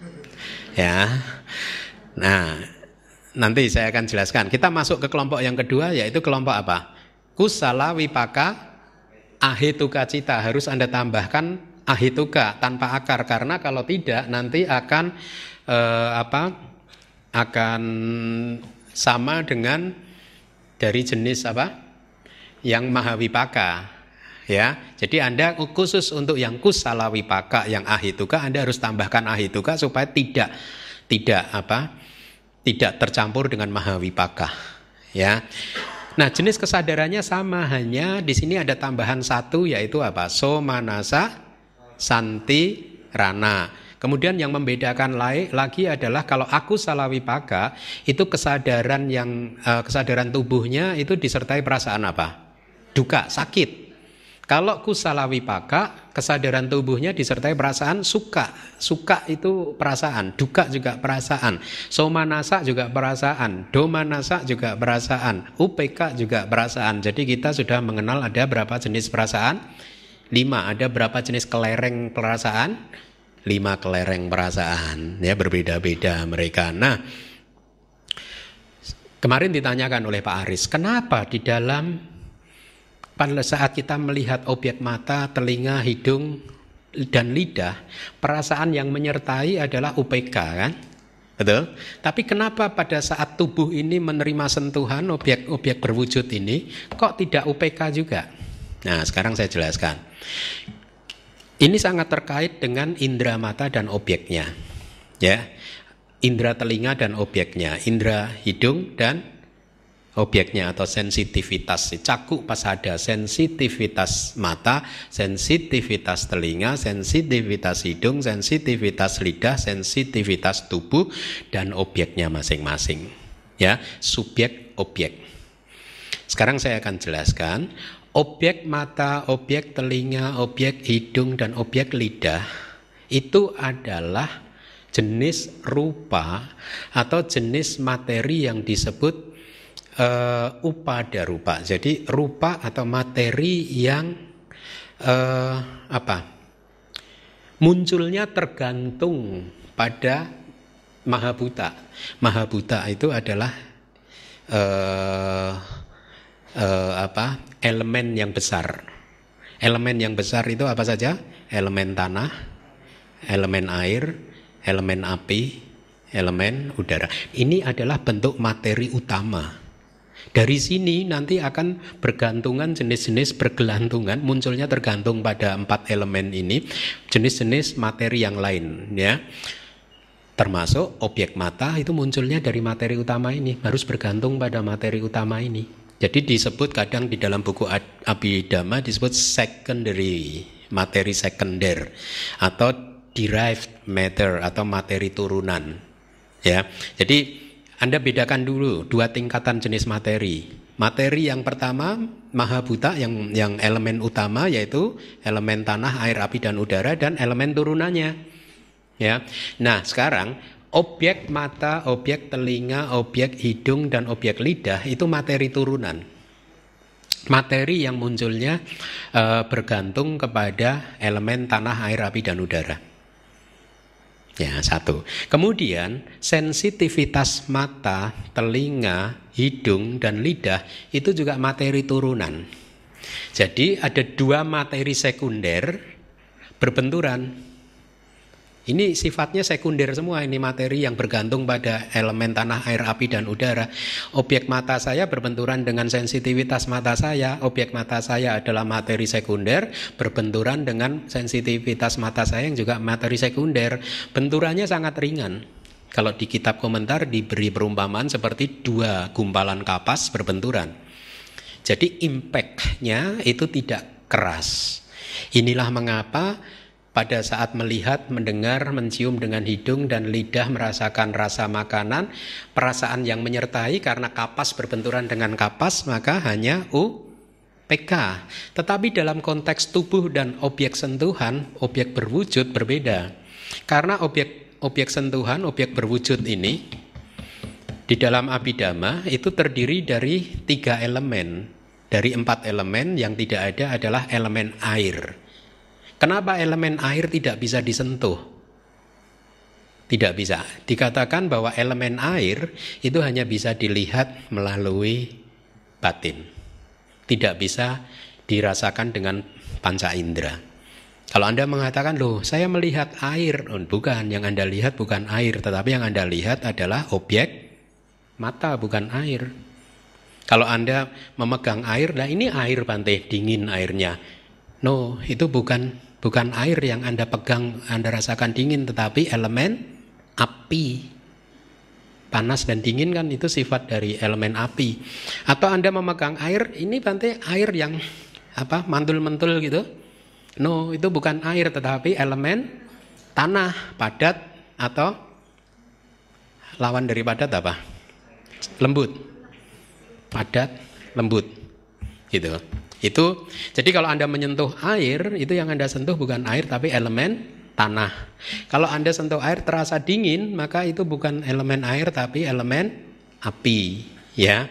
Ya. Nah, nanti saya akan jelaskan. Kita masuk ke kelompok yang kedua, yaitu kelompok apa? Kusala wipaka ahituka cita. Harus Anda tambahkan ahituka tanpa akar, karena kalau tidak nanti akan eh, apa? Akan sama dengan dari jenis apa? Yang mahawipaka. Ya, jadi Anda khusus untuk yang kusala wipaka, yang ahituka, Anda harus tambahkan ahituka supaya tidak tidak apa? Tidak tercampur dengan mahawipaka, ya. Nah, jenis kesadarannya sama, hanya di sini ada tambahan satu, yaitu apa? Somanasa santi rana. Kemudian yang membedakan lagi adalah kalau aku salawipaka, itu kesadaran yang uh, kesadaran tubuhnya itu disertai perasaan apa? Duka, sakit. Kalau kusalawipaka, kesadaran tubuhnya disertai perasaan suka. Suka itu perasaan, duka juga perasaan. Somanasa juga perasaan, domanasa juga perasaan, upeka juga perasaan. Jadi kita sudah mengenal ada berapa jenis perasaan? Lima. Ada berapa jenis kelereng perasaan? Lima kelereng perasaan. Ya, berbeda-beda mereka. Nah, kemarin ditanyakan oleh Pak Aris, kenapa di dalam pada saat kita melihat objek mata, telinga, hidung, dan lidah, perasaan yang menyertai adalah U P K, kan? Betul? Tapi kenapa pada saat tubuh ini menerima sentuhan objek-objek berwujud ini, kok tidak U P K juga? Nah, sekarang saya jelaskan. Ini sangat terkait dengan indera mata dan objeknya. Ya, indera telinga dan objeknya, indera hidung dan objeknya atau sensitivitas. Caku pasada, sensitivitas mata, sensitivitas telinga, sensitivitas hidung, sensitivitas lidah, sensitivitas tubuh dan objeknya masing-masing. Ya, subjek objek. Sekarang saya akan jelaskan objek mata, objek telinga, objek hidung dan objek lidah itu adalah jenis rupa atau jenis materi yang disebut Uh, upada rupa. Jadi rupa atau materi yang uh, apa? Munculnya tergantung pada mahabhuta. Mahabhuta itu adalah uh, uh, apa? Elemen yang besar. Elemen yang besar itu apa saja? Elemen tanah, elemen air, elemen api, elemen udara. Ini adalah bentuk materi utama. Dari sini nanti akan bergantungan jenis-jenis bergelantungan, munculnya tergantung pada empat elemen ini, jenis-jenis materi yang lain, ya. Termasuk objek mata itu munculnya dari materi utama ini, harus bergantung pada materi utama ini. Jadi disebut kadang di dalam buku Abhidhamma disebut secondary, materi sekunder atau derived matter atau materi turunan, ya. Jadi Anda bedakan dulu dua tingkatan jenis materi. Materi yang pertama mahabhuta yang yang elemen utama yaitu elemen tanah, air, api dan udara dan elemen turunannya. Ya. Nah, sekarang objek mata, objek telinga, objek hidung dan objek lidah itu materi turunan. Materi yang munculnya e, bergantung kepada elemen tanah, air, api dan udara. Ya, satu. Kemudian sensitivitas mata, telinga, hidung, dan lidah itu juga materi turunan. Jadi ada dua materi sekunder berbenturan. Ini sifatnya sekunder semua, ini materi yang bergantung pada elemen tanah, air, api, dan udara. Objek mata saya berbenturan dengan sensitivitas mata saya. Objek mata saya adalah materi sekunder, berbenturan dengan sensitivitas mata saya yang juga materi sekunder. Benturannya sangat ringan. Kalau di kitab komentar diberi perumpamaan seperti dua gumpalan kapas berbenturan. Jadi impact-nya itu tidak keras. Inilah mengapa pada saat melihat, mendengar, mencium dengan hidung dan lidah merasakan rasa makanan, perasaan yang menyertai karena kapas berbenturan dengan kapas, maka hanya U P K. Tetapi dalam konteks tubuh dan objek sentuhan, objek berwujud berbeda. Karena objek objek sentuhan, objek berwujud ini di dalam Abhidhamma itu terdiri dari tiga elemen. Dari empat elemen yang tidak ada adalah elemen air. Kenapa elemen air tidak bisa disentuh? Tidak bisa. Dikatakan bahwa elemen air itu hanya bisa dilihat melalui batin. Tidak bisa dirasakan dengan panca indera. Kalau Anda mengatakan, loh saya melihat air. Oh, bukan, yang Anda lihat bukan air. Tetapi yang Anda lihat adalah objek mata, bukan air. Kalau Anda memegang air, nah ini air Bante, dingin airnya. No, itu bukan Bukan air yang Anda pegang, Anda rasakan dingin, tetapi elemen api. panas dan dingin kan itu sifat dari elemen api. Atau Anda memegang air, ini berarti air yang apa mantul-mantul gitu. No, itu bukan air tetapi elemen tanah, padat atau lawan dari padat apa? Lembut. Padat, lembut. Gitu. Itu jadi kalau Anda menyentuh air, itu yang Anda sentuh bukan air tapi elemen tanah. Kalau Anda sentuh air terasa dingin, maka itu bukan elemen air tapi elemen api, ya.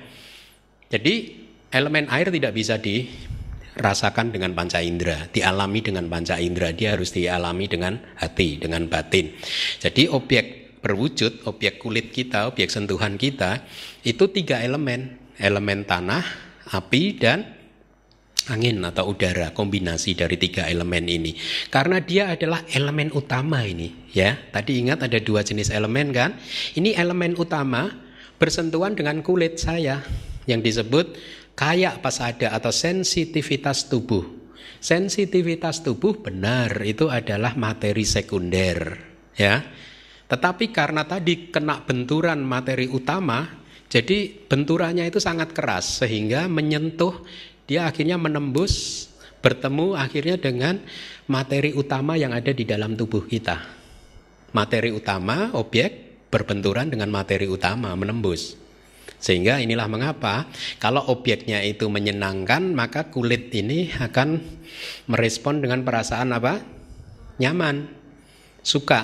Jadi elemen air tidak bisa dirasakan dengan panca indera, dialami dengan panca indera, dia harus dialami dengan hati, dengan batin. Jadi objek berwujud, objek kulit kita, objek sentuhan kita itu tiga elemen, elemen tanah, api dan angin atau udara, kombinasi dari tiga elemen ini. Karena dia adalah elemen utama ini, ya. Tadi ingat ada dua jenis elemen kan? Ini elemen utama bersentuhan dengan kulit saya yang disebut kayak pasada atau sensitivitas tubuh. Sensitivitas tubuh benar itu adalah materi sekunder, ya. Tetapi karena tadi kena benturan materi utama, jadi benturannya itu sangat keras sehingga menyentuh, dia akhirnya menembus, bertemu akhirnya dengan materi utama yang ada di dalam tubuh kita. Materi utama, objek berbenturan dengan materi utama, menembus. Sehingga inilah mengapa kalau objeknya itu menyenangkan, maka kulit ini akan merespon dengan perasaan apa? Nyaman, suka.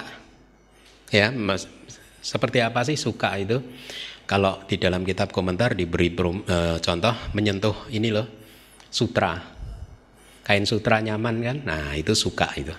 Ya, mas, seperti apa sih suka itu? Kalau di dalam kitab komentar diberi e, contoh menyentuh ini loh. Sutra, kain sutra nyaman kan? Nah itu suka itu.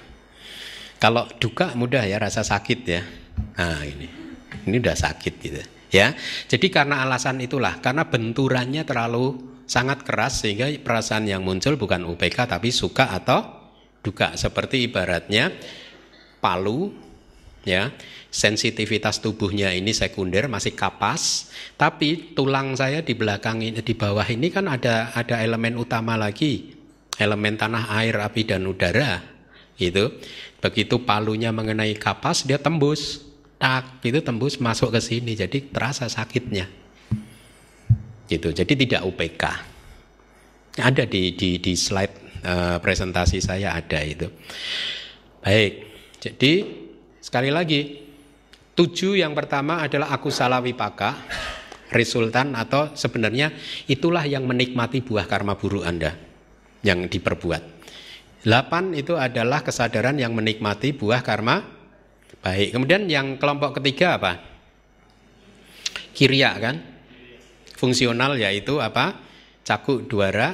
Kalau duka mudah ya, rasa sakit ya. Nah ini, ini udah sakit gitu ya. Jadi karena alasan itulah, karena benturannya terlalu sangat keras sehingga perasaan yang muncul bukan U P K tapi suka atau duka. Seperti ibaratnya palu, ya. Sensitivitas tubuhnya ini sekunder, masih kapas, tapi tulang saya di belakang ini, di bawah ini kan ada ada elemen utama lagi, elemen tanah, air, api dan udara. Gitu. Begitu palunya mengenai kapas, dia tembus, tak, itu tembus masuk ke sini, jadi terasa sakitnya. Gitu. Jadi tidak U P K. Ada di di di slide uh, presentasi saya ada itu. Baik. Jadi sekali lagi, tujuh yang pertama adalah akusala wipaka, resultan atau sebenarnya itulah yang menikmati buah karma buruk Anda yang diperbuat. Delapan itu adalah kesadaran yang menikmati buah karma baik. Kemudian yang kelompok ketiga apa? Kirya kan? Fungsional yaitu apa? Caku dwara,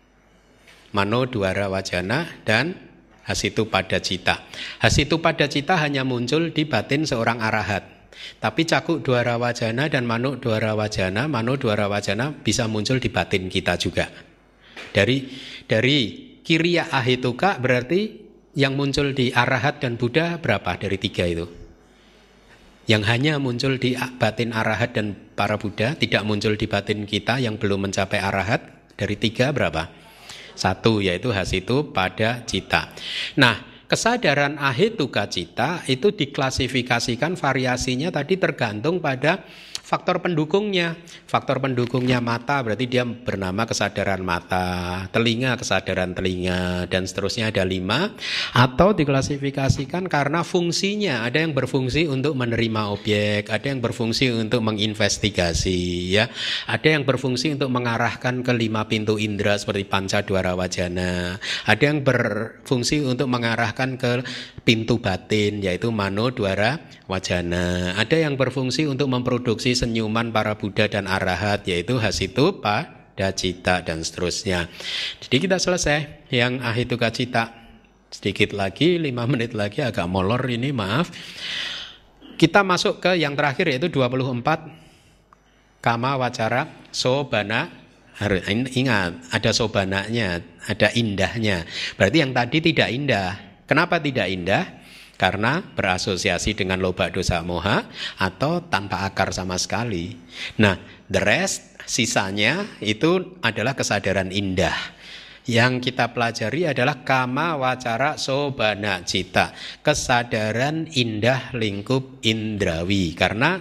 mano dwara wajana dan hasitu pada cita. Hasitu pada cita hanya muncul di batin seorang arahat. Tapi caku dwara wajana dan mano dwara wajana, mano dwara wajana bisa muncul di batin kita juga. Dari dari kiriya ahituka berarti yang muncul di arahat dan Buddha berapa dari tiga itu? Yang hanya muncul di batin arahat dan para Buddha, tidak muncul di batin kita yang belum mencapai arahat, dari tiga berapa? Satu, yaitu hasitu pada cita. Nah, kesadaran ahituka cita itu diklasifikasikan variasinya tadi tergantung pada faktor pendukungnya. Faktor pendukungnya mata berarti dia bernama kesadaran mata, telinga kesadaran telinga, dan seterusnya ada lima. Atau diklasifikasikan karena fungsinya, ada yang berfungsi untuk menerima objek, ada yang berfungsi untuk menginvestigasi, ya, ada yang berfungsi untuk mengarahkan ke lima pintu indera seperti panca dwara wajana, ada yang berfungsi untuk mengarahkan ke pintu batin yaitu mano dwara wajana, ada yang berfungsi untuk memproduksi senyuman para Buddha dan arahat yaitu hasitu pada cita dan seterusnya. Jadi kita selesai yang ahituka cita. Sedikit lagi, lima menit lagi, agak molor ini, maaf. Kita masuk ke yang terakhir yaitu dua puluh empat kama wacara sobana. Ingat, ada sobananya, ada indahnya. Berarti yang tadi tidak indah. Kenapa tidak indah? Karena berasosiasi dengan loba dosa moha atau tanpa akar sama sekali. Nah, the rest, sisanya itu adalah kesadaran indah. Yang kita pelajari adalah kama wacara sobana cita, kesadaran indah lingkup indrawi. Karena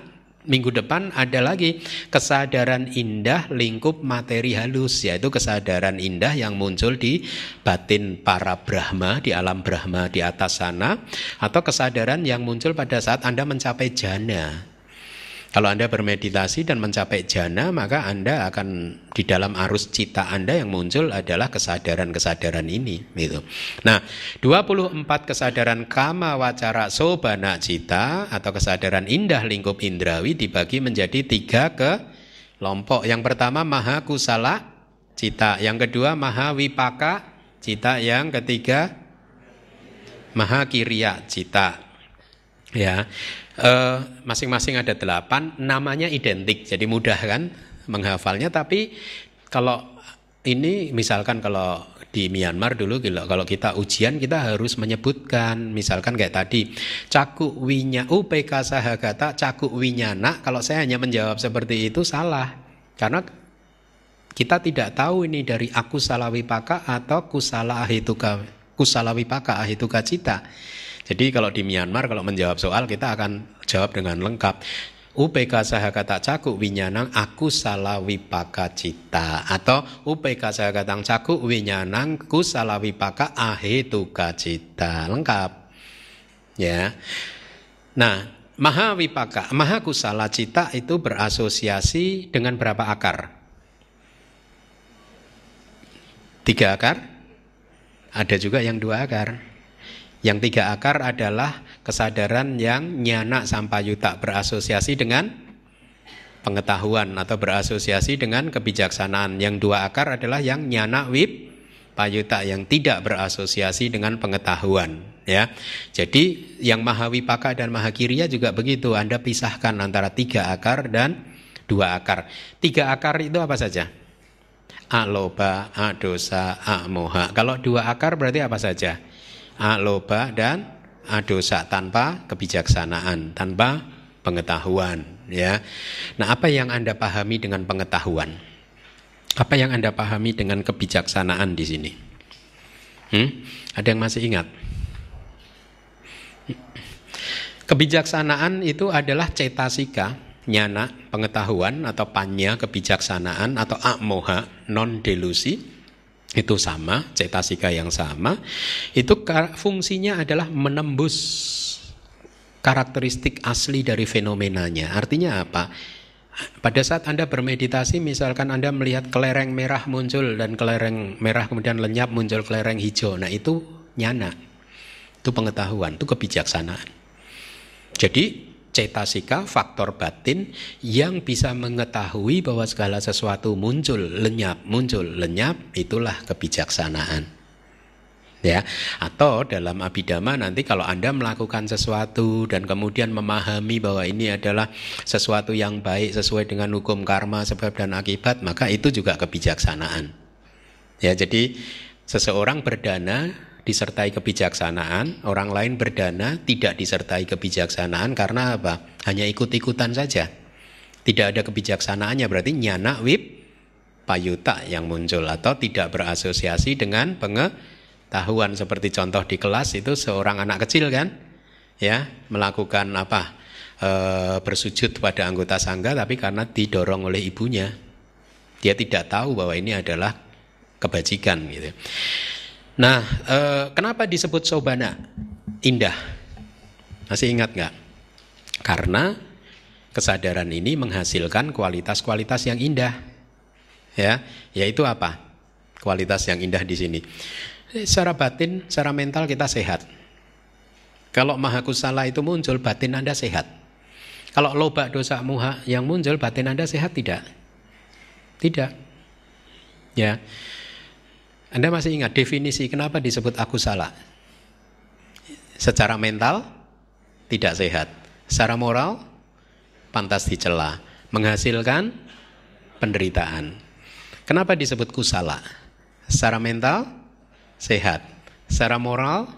minggu depan ada lagi kesadaran indah lingkup materi halus, yaitu kesadaran indah yang muncul di batin para Brahma, di alam Brahma di atas sana, atau kesadaran yang muncul pada saat Anda mencapai jana. Kalau Anda bermeditasi dan mencapai jana, maka Anda akan di dalam arus cita Anda yang muncul adalah kesadaran-kesadaran ini gitu. Nah, dua puluh empat kesadaran kama wacara sobana cita atau kesadaran indah lingkup indrawi dibagi menjadi tiga kelompok. Yang pertama maha kusala cita, yang kedua maha wipaka cita, yang ketiga maha kiriya cita. Ya, eh, masing-masing ada delapan, namanya identik, jadi mudah kan menghafalnya. Tapi kalau ini misalkan kalau di Myanmar dulu, kalau kita ujian kita harus menyebutkan, misalkan kayak tadi caku winya U P K sahagata caku winyana. Kalau saya hanya menjawab seperti itu salah, karena kita tidak tahu ini dari aku salah wipaka atau kusala ahituka kusala wipaka ahituka cita. Jadi kalau di Myanmar kalau menjawab soal kita akan jawab dengan lengkap. U P K sahagata caku winyanang aku salah wipaka cita, atau U P K sahagata caku winyanang ku salah wipaka ahituka cita. Lengkap. Ya. Nah, maha wipaka, maha kusala cita itu berasosiasi dengan berapa akar? Tiga akar? Ada juga yang dua akar. Yang tiga akar adalah kesadaran yang nyana sampayuta, berasosiasi dengan pengetahuan atau berasosiasi dengan kebijaksanaan. Yang dua akar adalah yang nyana wip payuta, yang tidak berasosiasi dengan pengetahuan. Ya, jadi yang maha wipaka dan maha kiriya juga begitu. Anda pisahkan antara tiga akar dan dua akar. Tiga akar itu apa saja? Aloba, adosa, amoha. Kalau dua akar berarti apa saja? Aloba dan adosa, tanpa kebijaksanaan, tanpa pengetahuan, ya. Nah, apa yang Anda pahami dengan pengetahuan? Apa yang Anda pahami dengan kebijaksanaan di sini? Hmm? Ada yang masih ingat? Kebijaksanaan itu adalah cetasika, nyana, pengetahuan, atau panya, kebijaksanaan, atau amoha, non delusi. Itu sama, cetasika yang sama. Itu fungsinya adalah menembus karakteristik asli dari fenomenanya. Artinya apa? Pada saat Anda bermeditasi, misalkan Anda melihat kelereng merah muncul dan kelereng merah kemudian lenyap, muncul kelereng hijau. Nah, itu nyana. Itu pengetahuan, itu kebijaksanaan. Jadi cetasika, faktor batin yang bisa mengetahui bahwa segala sesuatu muncul, lenyap, muncul, lenyap, itulah kebijaksanaan. Ya, atau dalam Abhidhamma nanti kalau Anda melakukan sesuatu dan kemudian memahami bahwa ini adalah sesuatu yang baik sesuai dengan hukum karma, sebab dan akibat, maka itu juga kebijaksanaan. Ya, jadi seseorang berdana disertai kebijaksanaan, orang lain berdana tidak disertai kebijaksanaan karena apa? Hanya ikut-ikutan saja. Tidak ada kebijaksanaannya, berarti nyana wip payuta yang muncul atau tidak berasosiasi dengan pengetahuan. Seperti contoh di kelas itu seorang anak kecil kan, ya melakukan apa? E, bersujud pada anggota sangga, tapi karena didorong oleh ibunya, dia tidak tahu bahwa ini adalah kebajikan gitu. Nah, eh, kenapa disebut sobana? Indah. Masih ingat nggak? Karena kesadaran ini menghasilkan kualitas-kualitas yang indah. Ya, yaitu apa? Kualitas yang indah di sini. Secara batin, secara mental kita sehat. Kalau maha kusala itu muncul, batin Anda sehat. Kalau loba dosa muha yang muncul, batin Anda sehat tidak? Tidak. Ya. Anda masih ingat definisi kenapa disebut aku salah? Secara mental tidak sehat, secara moral pantas dicela, menghasilkan penderitaan. Kenapa disebut kusala? Secara mental sehat, secara moral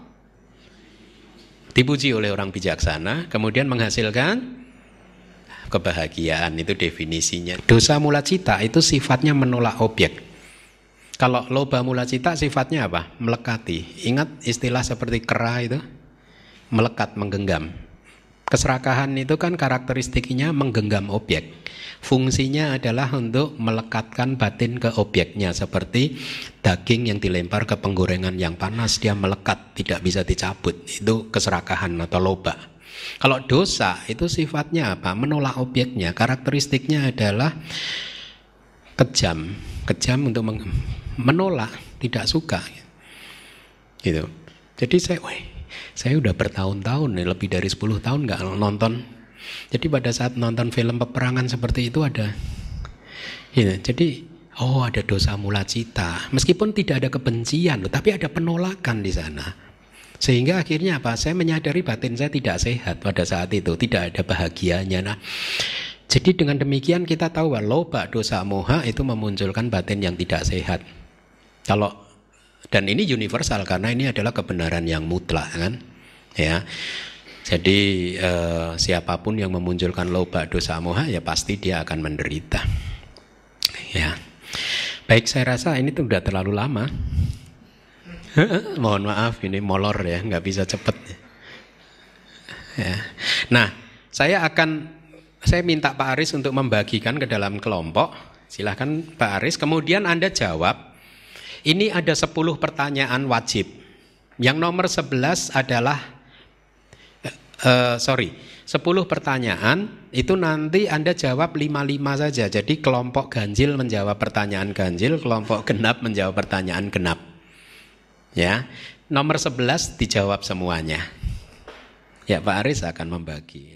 dipuji oleh orang bijaksana, kemudian menghasilkan kebahagiaan. Itu definisinya. Dosa mula cita itu sifatnya menolak objek. Kalau loba mula cita sifatnya apa? Melekati. Ingat istilah seperti kera itu? Melekat, menggenggam. Keserakahan itu kan karakteristiknya menggenggam objek. Fungsinya adalah untuk melekatkan batin ke objeknya, seperti daging yang dilempar ke penggorengan yang panas, dia melekat, tidak bisa dicabut. Itu keserakahan atau loba. Kalau dosa itu sifatnya apa? Menolak objeknya. Karakteristiknya adalah kejam, kejam untuk menolak, tidak suka. Gitu. Jadi saya, weh, saya udah bertahun-tahun nih, lebih dari sepuluh tahun nggak nonton. Jadi pada saat nonton film peperangan seperti itu ada, gitu. Jadi oh ada dosa mula cita, meskipun tidak ada kebencian, tapi ada penolakan di sana. Sehingga akhirnya apa? Saya menyadari batin saya tidak sehat pada saat itu, tidak ada bahagianya. Nah, jadi dengan demikian kita tahu bahwa loba, dosa, moha itu memunculkan batin yang tidak sehat. Kalau dan ini universal karena ini adalah kebenaran yang mutlak, kan? Ya. Jadi eh, siapapun yang memunculkan loba, dosa, moha ya pasti dia akan menderita. Ya. Baik, saya rasa ini tuh udah terlalu lama. Mohon maaf, ini molor ya, nggak bisa cepet. Ya. Nah, saya akan saya minta Pak Aris untuk membagikan ke dalam kelompok. Silahkan Pak Aris. Kemudian Anda jawab. Ini ada sepuluh pertanyaan wajib. Yang nomor sebelas adalah uh, sorry, sepuluh pertanyaan itu nanti Anda jawab lima lima saja. Jadi kelompok ganjil menjawab pertanyaan ganjil, kelompok genap menjawab pertanyaan genap. Ya, nomor sebelas dijawab semuanya. Ya, Pak Aris akan membagi.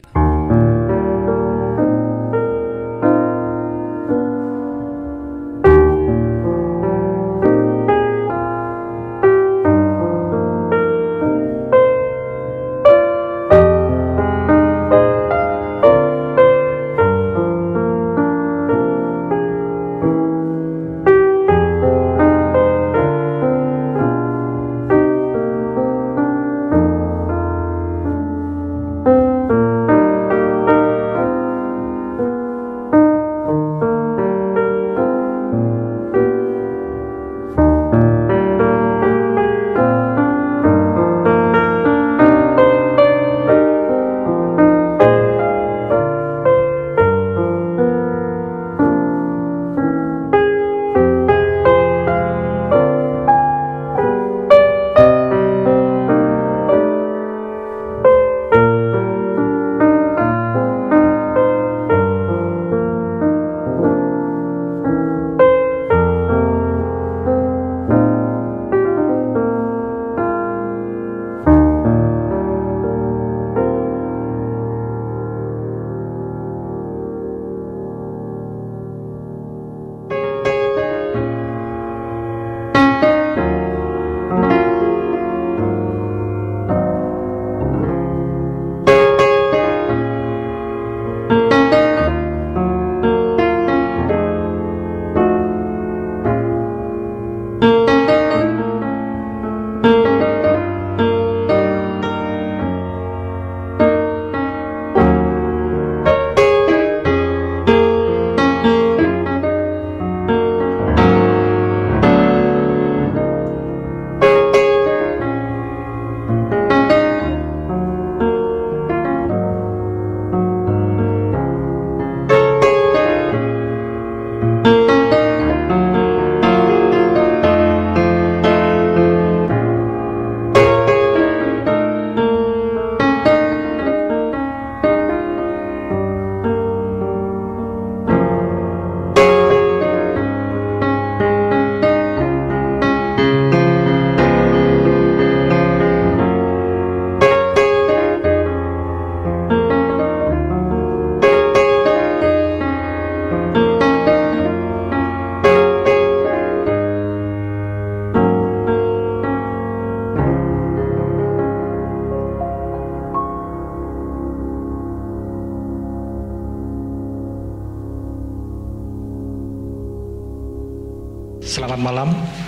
Selamat malam.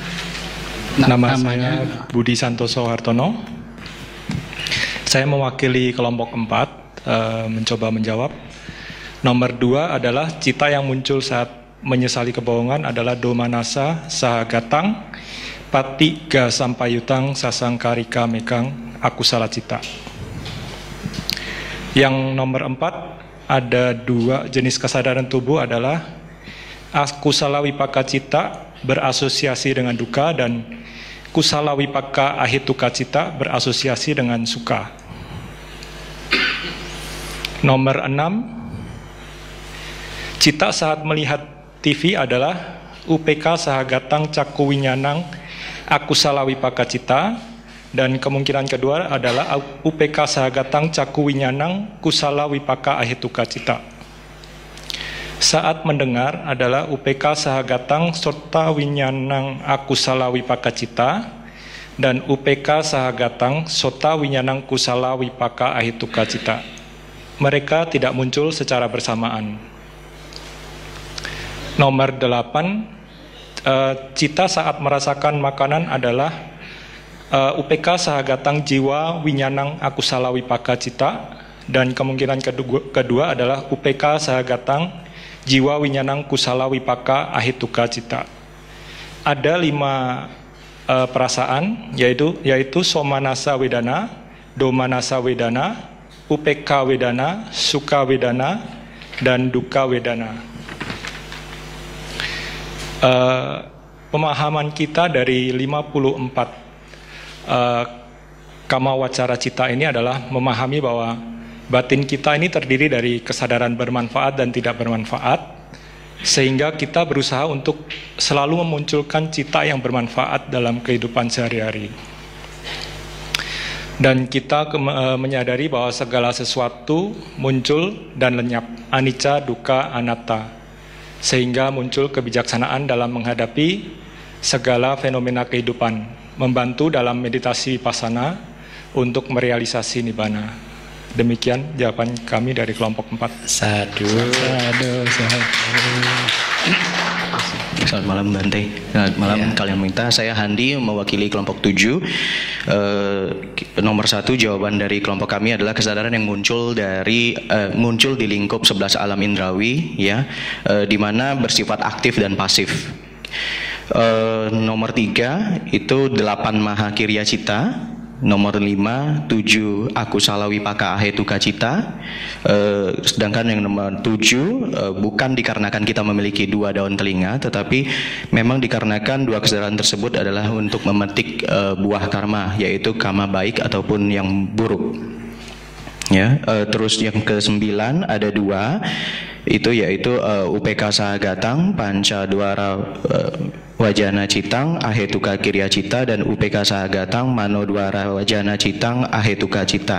Nama saya Budi Santoso Hartono. Saya mewakili kelompok empat, uh, mencoba menjawab. Nomor dua adalah cita yang muncul saat menyesali kebohongan adalah domanasa sahagatang pati ga sampayutang sasangkarika mekang aku salah cita. Yang nomor empat, ada dua jenis kesadaran tubuh adalah kusala wipaka cita berasosiasi dengan duka dan kusala wipaka ahituka cita berasosiasi dengan suka. Nomor enam, cita saat melihat T V adalah U P K sahagatang caku winyanang akusala wipaka cita, dan kemungkinan kedua adalah U P K sahagatang caku winyanang kusala wipaka ahituka cita. Saat mendengar adalah U P K sahagatang sota winyanang akusala wipaka cita dan U P K sahagatang sota winyanang kusala wipaka ahituka cita. Mereka tidak muncul secara bersamaan. Nomor delapan, cita saat merasakan makanan adalah uh, U P K sahagatang jiwa winyanang akusala wipaka cita, dan kemungkinan kedua, kedua adalah U P K sahagatang jiwa winyanang kusala wipaka ahituka cita. Ada lima uh, perasaan, yaitu yaitu somanasa wedana, domanasa wedana, U P K wedana, suka wedana, dan duka wedana. Uh, pemahaman kita dari lima puluh empat uh, kama wacara cita ini adalah memahami bahwa batin kita ini terdiri dari kesadaran bermanfaat dan tidak bermanfaat, sehingga kita berusaha untuk selalu memunculkan cita yang bermanfaat dalam kehidupan sehari-hari. Dan kita ke, uh, menyadari bahwa segala sesuatu muncul dan lenyap, anicca, dukkha, anatta, sehingga muncul kebijaksanaan dalam menghadapi segala fenomena kehidupan, membantu dalam meditasi vipassana untuk merealisasi nibbana. Demikian jawaban kami dari kelompok empat. Sadu. Sadu, sadu. Selamat malam Bante, selamat malam ya. Kalian minta, saya Handi mewakili kelompok tujuh. E, nomor satu jawaban dari kelompok kami adalah kesadaran yang muncul dari e, muncul di lingkup sebelas alam indrawi, ya, e, di mana bersifat aktif dan pasif. E, nomor tiga itu delapan maha kirya cita. Nomor lima, tujuh akusala wipaka ahetuka cita. eh, Sedangkan yang nomor tujuh eh, bukan dikarenakan kita memiliki dua daun telinga, tetapi memang dikarenakan dua kesadaran tersebut adalah untuk memetik eh, buah karma, yaitu karma baik ataupun yang buruk. Ya, eh, terus yang kesembilan ada dua, itu yaitu uh, U P K sahagatang panca dwara uh, wajana citang ahetuka kirya cita, dan U P K sahagatang mano dwara wajana citang ahetuka cita.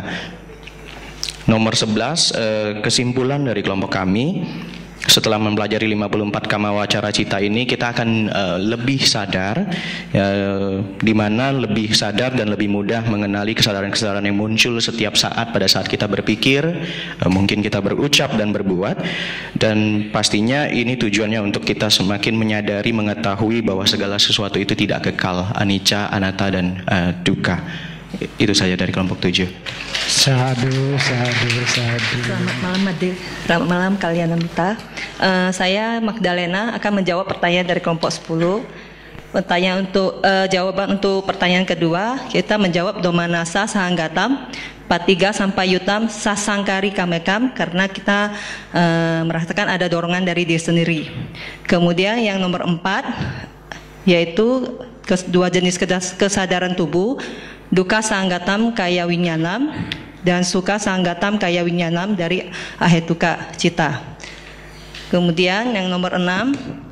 Nomor sebelas, uh, kesimpulan dari kelompok kami, setelah mempelajari lima puluh empat kama wacara cita ini, kita akan uh, lebih sadar, ya, di mana lebih sadar dan lebih mudah mengenali kesadaran-kesadaran yang muncul setiap saat pada saat kita berpikir, uh, mungkin kita berucap dan berbuat, dan pastinya ini tujuannya untuk kita semakin menyadari, mengetahui bahwa segala sesuatu itu tidak kekal, anicca, anatta, dan uh, dukkha. Itu saja dari kelompok tujuh. Sadu, sadu, sadu. Selamat malam Hadir. Selamat malam kalian minta. Uh, saya Magdalena akan menjawab pertanyaan dari kelompok sepuluh. Pertanyaan untuk uh, jawaban untuk pertanyaan kedua, kita menjawab domanasa sahanggatam patiga sampai yutam sasangkari kamekam, karena kita uh, merasakan ada dorongan dari diri sendiri. Kemudian yang nomor empat, yaitu dua jenis kesadaran tubuh, dukkha sanggatam kaya winyanam dan suka sanggatam kaya winyanam dari ahetuka cita. Kemudian yang nomor enam,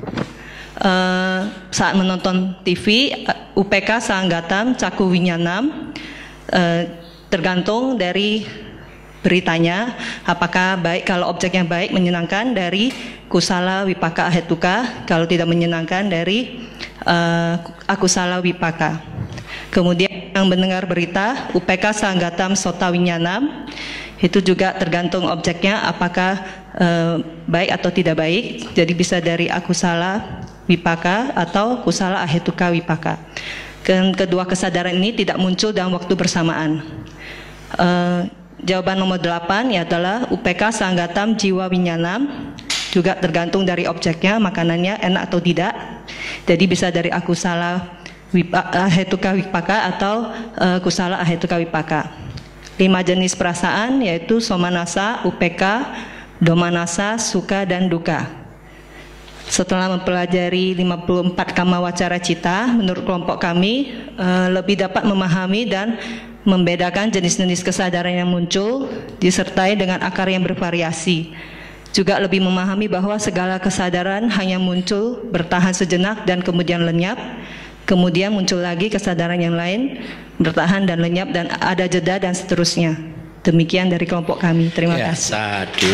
uh, saat menonton T V, U P K sanggatam caku winyanam, uh, tergantung dari beritanya, apakah baik, kalau objeknya baik menyenangkan dari kusala wipaka ahetuka, kalau tidak menyenangkan dari uh, akusala wipaka. Kemudian yang mendengar berita U P K sanggatam sota winyanam, itu juga tergantung objeknya apakah e, baik atau tidak baik. Jadi bisa dari akusala wipaka atau kusala ahetuka wipaka. Kedua kesadaran ini tidak muncul dalam waktu bersamaan. E, jawaban nomor delapan adalah U P K sanggatam jiwa winyanam, juga tergantung dari objeknya, makanannya enak atau tidak. Jadi bisa dari akusala ahetuka wipaka atau uh, kusala ahetuka wipaka. lima jenis perasaan, yaitu somanasa, upeka, domanasa, suka, dan duka. Setelah mempelajari lima puluh empat kama wacara cita, menurut kelompok kami eh, lebih dapat memahami dan membedakan jenis-jenis kesadaran yang muncul disertai dengan akar yang bervariasi. Juga lebih memahami bahwa segala kesadaran hanya muncul, bertahan sejenak dan kemudian lenyap. Kemudian muncul lagi kesadaran yang lain, bertahan dan lenyap, dan ada jeda dan seterusnya. Demikian dari kelompok kami. Terima ya, kasih. Sadu.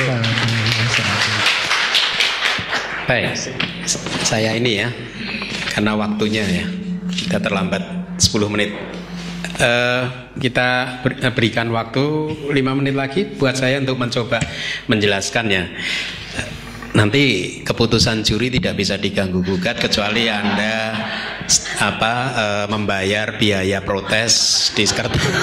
Baik, saya ini ya, karena waktunya ya, kita terlambat sepuluh menit. Uh, kita berikan waktu lima menit lagi buat saya untuk mencoba menjelaskannya. Nanti keputusan juri tidak bisa diganggu gugat kecuali Anda apa uh, membayar biaya protes di sekretariat.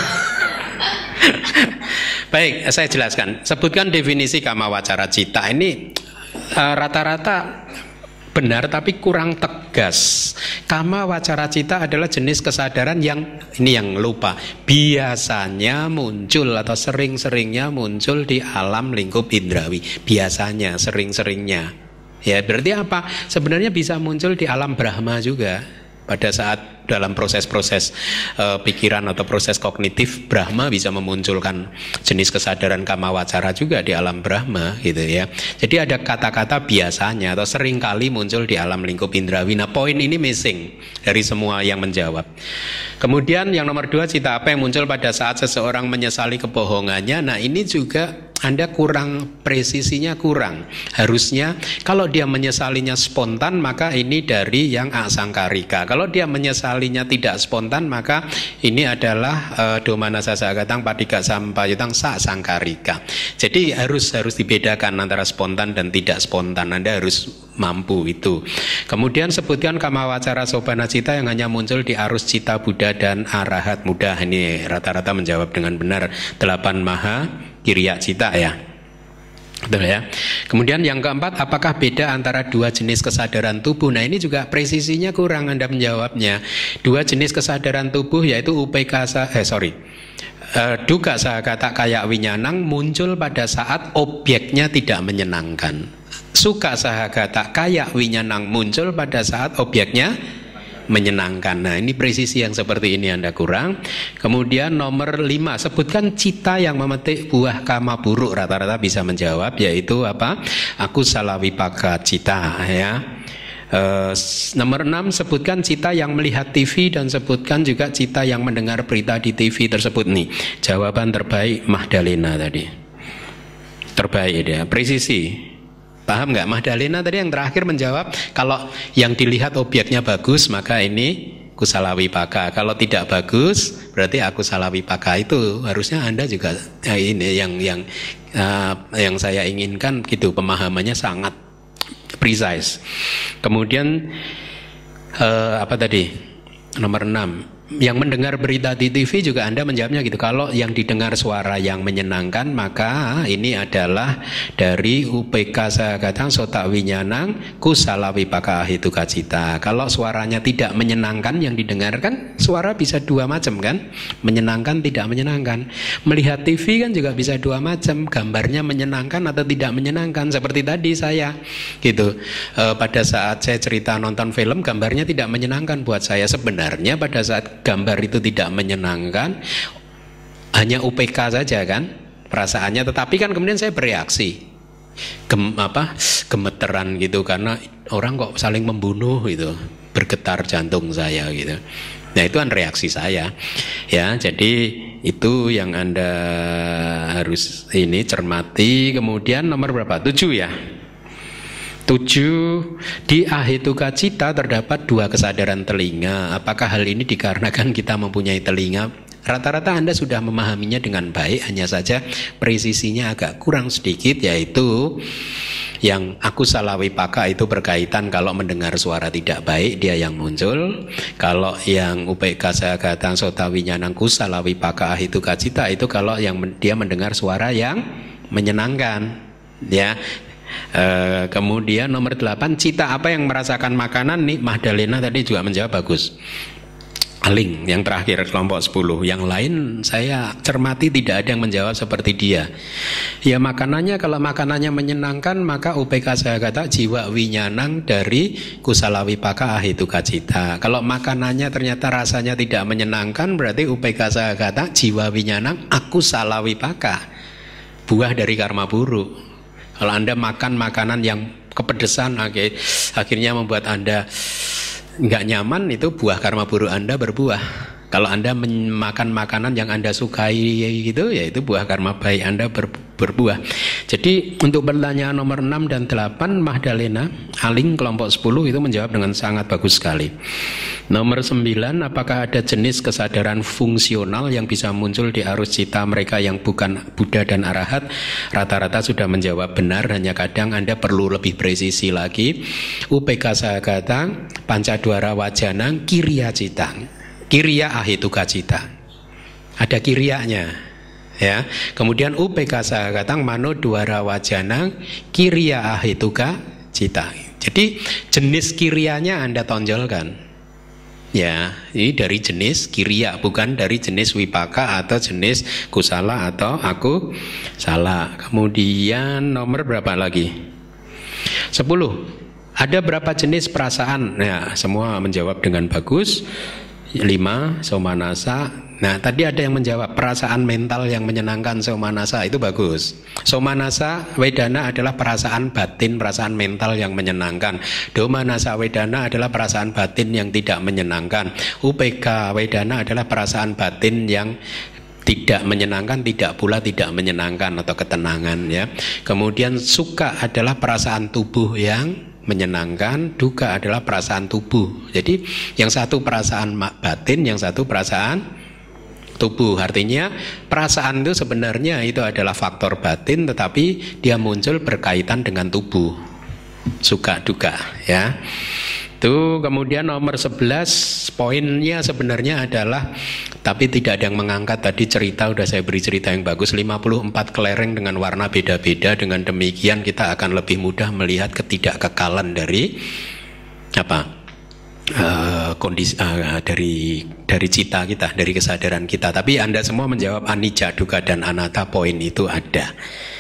Baik, saya jelaskan. Sebutkan definisi kama wacara cita. Ini uh, rata-rata benar tapi kurang tegas. Kama wacara cita adalah jenis kesadaran yang, ini yang lupa, biasanya muncul atau sering-seringnya muncul di alam lingkup indrawi. Biasanya, sering-seringnya. Ya, berarti apa? Sebenarnya bisa muncul di alam Brahma juga. Pada saat dalam proses-proses uh, pikiran atau proses kognitif, Brahma bisa memunculkan jenis kesadaran kama wacara juga di alam Brahma, gitu ya. Jadi ada kata-kata biasanya atau sering kali muncul di alam lingkup indrawi. Nah, poin ini missing dari semua yang menjawab. Kemudian yang nomor dua, cita apa yang muncul pada saat seseorang menyesali kebohongannya. Nah, ini juga Anda kurang, presisinya kurang. Harusnya kalau dia menyesalinya spontan, maka ini dari yang asangkarika. Kalau dia menyesalinya tidak spontan, maka ini adalah uh, domanasa sagatang padika sampayutang sa sangkarika. Jadi harus harus dibedakan antara spontan dan tidak spontan. Anda harus mampu itu. Kemudian sebutkan kama wacara sobana cita yang hanya muncul di arus cita Buddha dan arahat. Mudah, ini rata-rata menjawab dengan benar. Delapan maha kiriya cita ya. Betul ya. Kemudian yang keempat, apakah beda antara dua jenis kesadaran tubuh? Nah, ini juga presisinya kurang Anda menjawabnya. Dua jenis kesadaran tubuh yaitu upeka eh sorry uh, duka sahagata kayak winyanang muncul pada saat objeknya tidak menyenangkan. Suka sahagata kayak winyanang muncul pada saat objeknya menyenangkan. Nah, ini presisi yang seperti ini Anda kurang. Kemudian nomor lima, sebutkan cita yang memetik buah kama buruk. Rata-rata bisa menjawab, yaitu apa? Aku salah wipaka cita ya. E, nomor enam, sebutkan cita yang melihat T V dan sebutkan juga cita yang mendengar berita di T V tersebut. Nih, jawaban terbaik Magdalena tadi. Terbaik dia, presisi. Paham nggak? Magdalena tadi yang terakhir menjawab kalau yang dilihat objeknya bagus maka ini kusala wipaka. Kalau tidak bagus berarti aku salah wipaka. Itu harusnya Anda juga eh, ini yang yang uh, yang saya inginkan gitu, pemahamannya sangat precise. Kemudian uh, apa tadi? Nomor enam. Yang mendengar berita di T V juga Anda menjawabnya gitu. Kalau yang didengar suara yang menyenangkan maka ini adalah dari upeka sagatang sota winyanang kusala wipaka ahituka cita. Kalau suaranya tidak menyenangkan yang didengarkan, suara bisa dua macam kan? Menyenangkan, tidak menyenangkan. Melihat T V kan juga bisa dua macam, gambarnya menyenangkan atau tidak menyenangkan. Seperti tadi saya gitu. E, pada saat saya cerita nonton film, gambarnya tidak menyenangkan buat saya. Sebenarnya pada saat gambar itu tidak menyenangkan, hanya U P K saja kan perasaannya, tetapi kan kemudian saya bereaksi Gem, apa gemeteran gitu karena orang kok saling membunuh gitu, bergetar jantung saya gitu. Nah, itu kan reaksi saya ya. Jadi itu yang Anda harus ini cermati. Kemudian nomor berapa? Tujuh ya. Tujuh, di ahituka cita terdapat dua kesadaran telinga. Apakah hal ini dikarenakan kita mempunyai telinga? Rata-rata Anda sudah memahaminya dengan baik, hanya saja presisinya agak kurang sedikit, yaitu yang aku salah wipaka itu berkaitan kalau mendengar suara tidak baik dia yang muncul. Kalau yang upeka sagatang sota winyanang kusala wipaka ahituka cita itu kalau yang dia mendengar suara yang menyenangkan ya. Uh, kemudian nomor delapan, cita apa yang merasakan makanan nih? Magdalena tadi juga menjawab bagus. Aling yang terakhir kelompok sepuluh. Yang lain saya cermati tidak ada yang menjawab seperti dia. Ya makanannya, kalau makanannya menyenangkan maka U P K Sahagata jiwa winyanang dari kusala wipaka ahituka cita. Kalau makanannya ternyata rasanya tidak menyenangkan, berarti U P K Sahagata jiwa winyanang akusala wipaka, buah dari karma buruk. Kalau Anda makan makanan yang kepedesan, okay, akhirnya membuat Anda nggak nyaman, itu buah karma buruk Anda berbuah. Kalau Anda makan makanan yang Anda sukai gitu, ya itu buah karma baik Anda ber, berbuah. Jadi untuk pertanyaan nomor enam dan delapan, Magdalena Aling kelompok sepuluh itu menjawab dengan sangat bagus sekali. Nomor sembilan, apakah ada jenis kesadaran fungsional yang bisa muncul di arus cita mereka yang bukan Buddha dan Arahat? Rata-rata sudah menjawab benar, hanya kadang Anda perlu lebih presisi lagi. U P K Sahagata Pancadwara Wajanang Kiriya Cita, Kiriya Ahituka Cita, ada kirianya, ya. Kemudian U P K Sahagata Mano Dwara Wajanang Kiriya Ahituka Cita. Jadi jenis kirianya Anda tonjolkan. Ya, ini dari jenis kiriya, bukan dari jenis wipaka atau jenis kusala atau aku salah. Kemudian nomor berapa lagi? Sepuluh. Ada berapa jenis perasaan? Ya, semua menjawab dengan bagus. Lima, somanasa. Nah, tadi ada yang menjawab perasaan mental yang menyenangkan, somanasa, itu bagus. Somanasa wedana adalah perasaan batin, perasaan mental yang menyenangkan. Domanasa wedana adalah perasaan batin yang tidak menyenangkan. U P K wedana adalah perasaan batin yang tidak menyenangkan, tidak pula tidak menyenangkan atau ketenangan, ya. Kemudian suka adalah perasaan tubuh yang menyenangkan, duka adalah perasaan tubuh. Jadi yang satu perasaan batin, yang satu perasaan tubuh. Artinya perasaan itu sebenarnya itu adalah faktor batin, tetapi dia muncul berkaitan dengan tubuh, suka duka, ya. Itu kemudian nomor sebelas, poinnya sebenarnya adalah, tapi tidak ada yang mengangkat tadi cerita, udah saya beri cerita yang bagus, lima puluh empat kelereng dengan warna beda-beda. Dengan demikian kita akan lebih mudah melihat ketidakkekalan dari apa? Uh, kondisi uh, dari dari cita kita, dari kesadaran kita. Tapi Anda semua menjawab anicca, dukkha dan anatta, poin itu ada.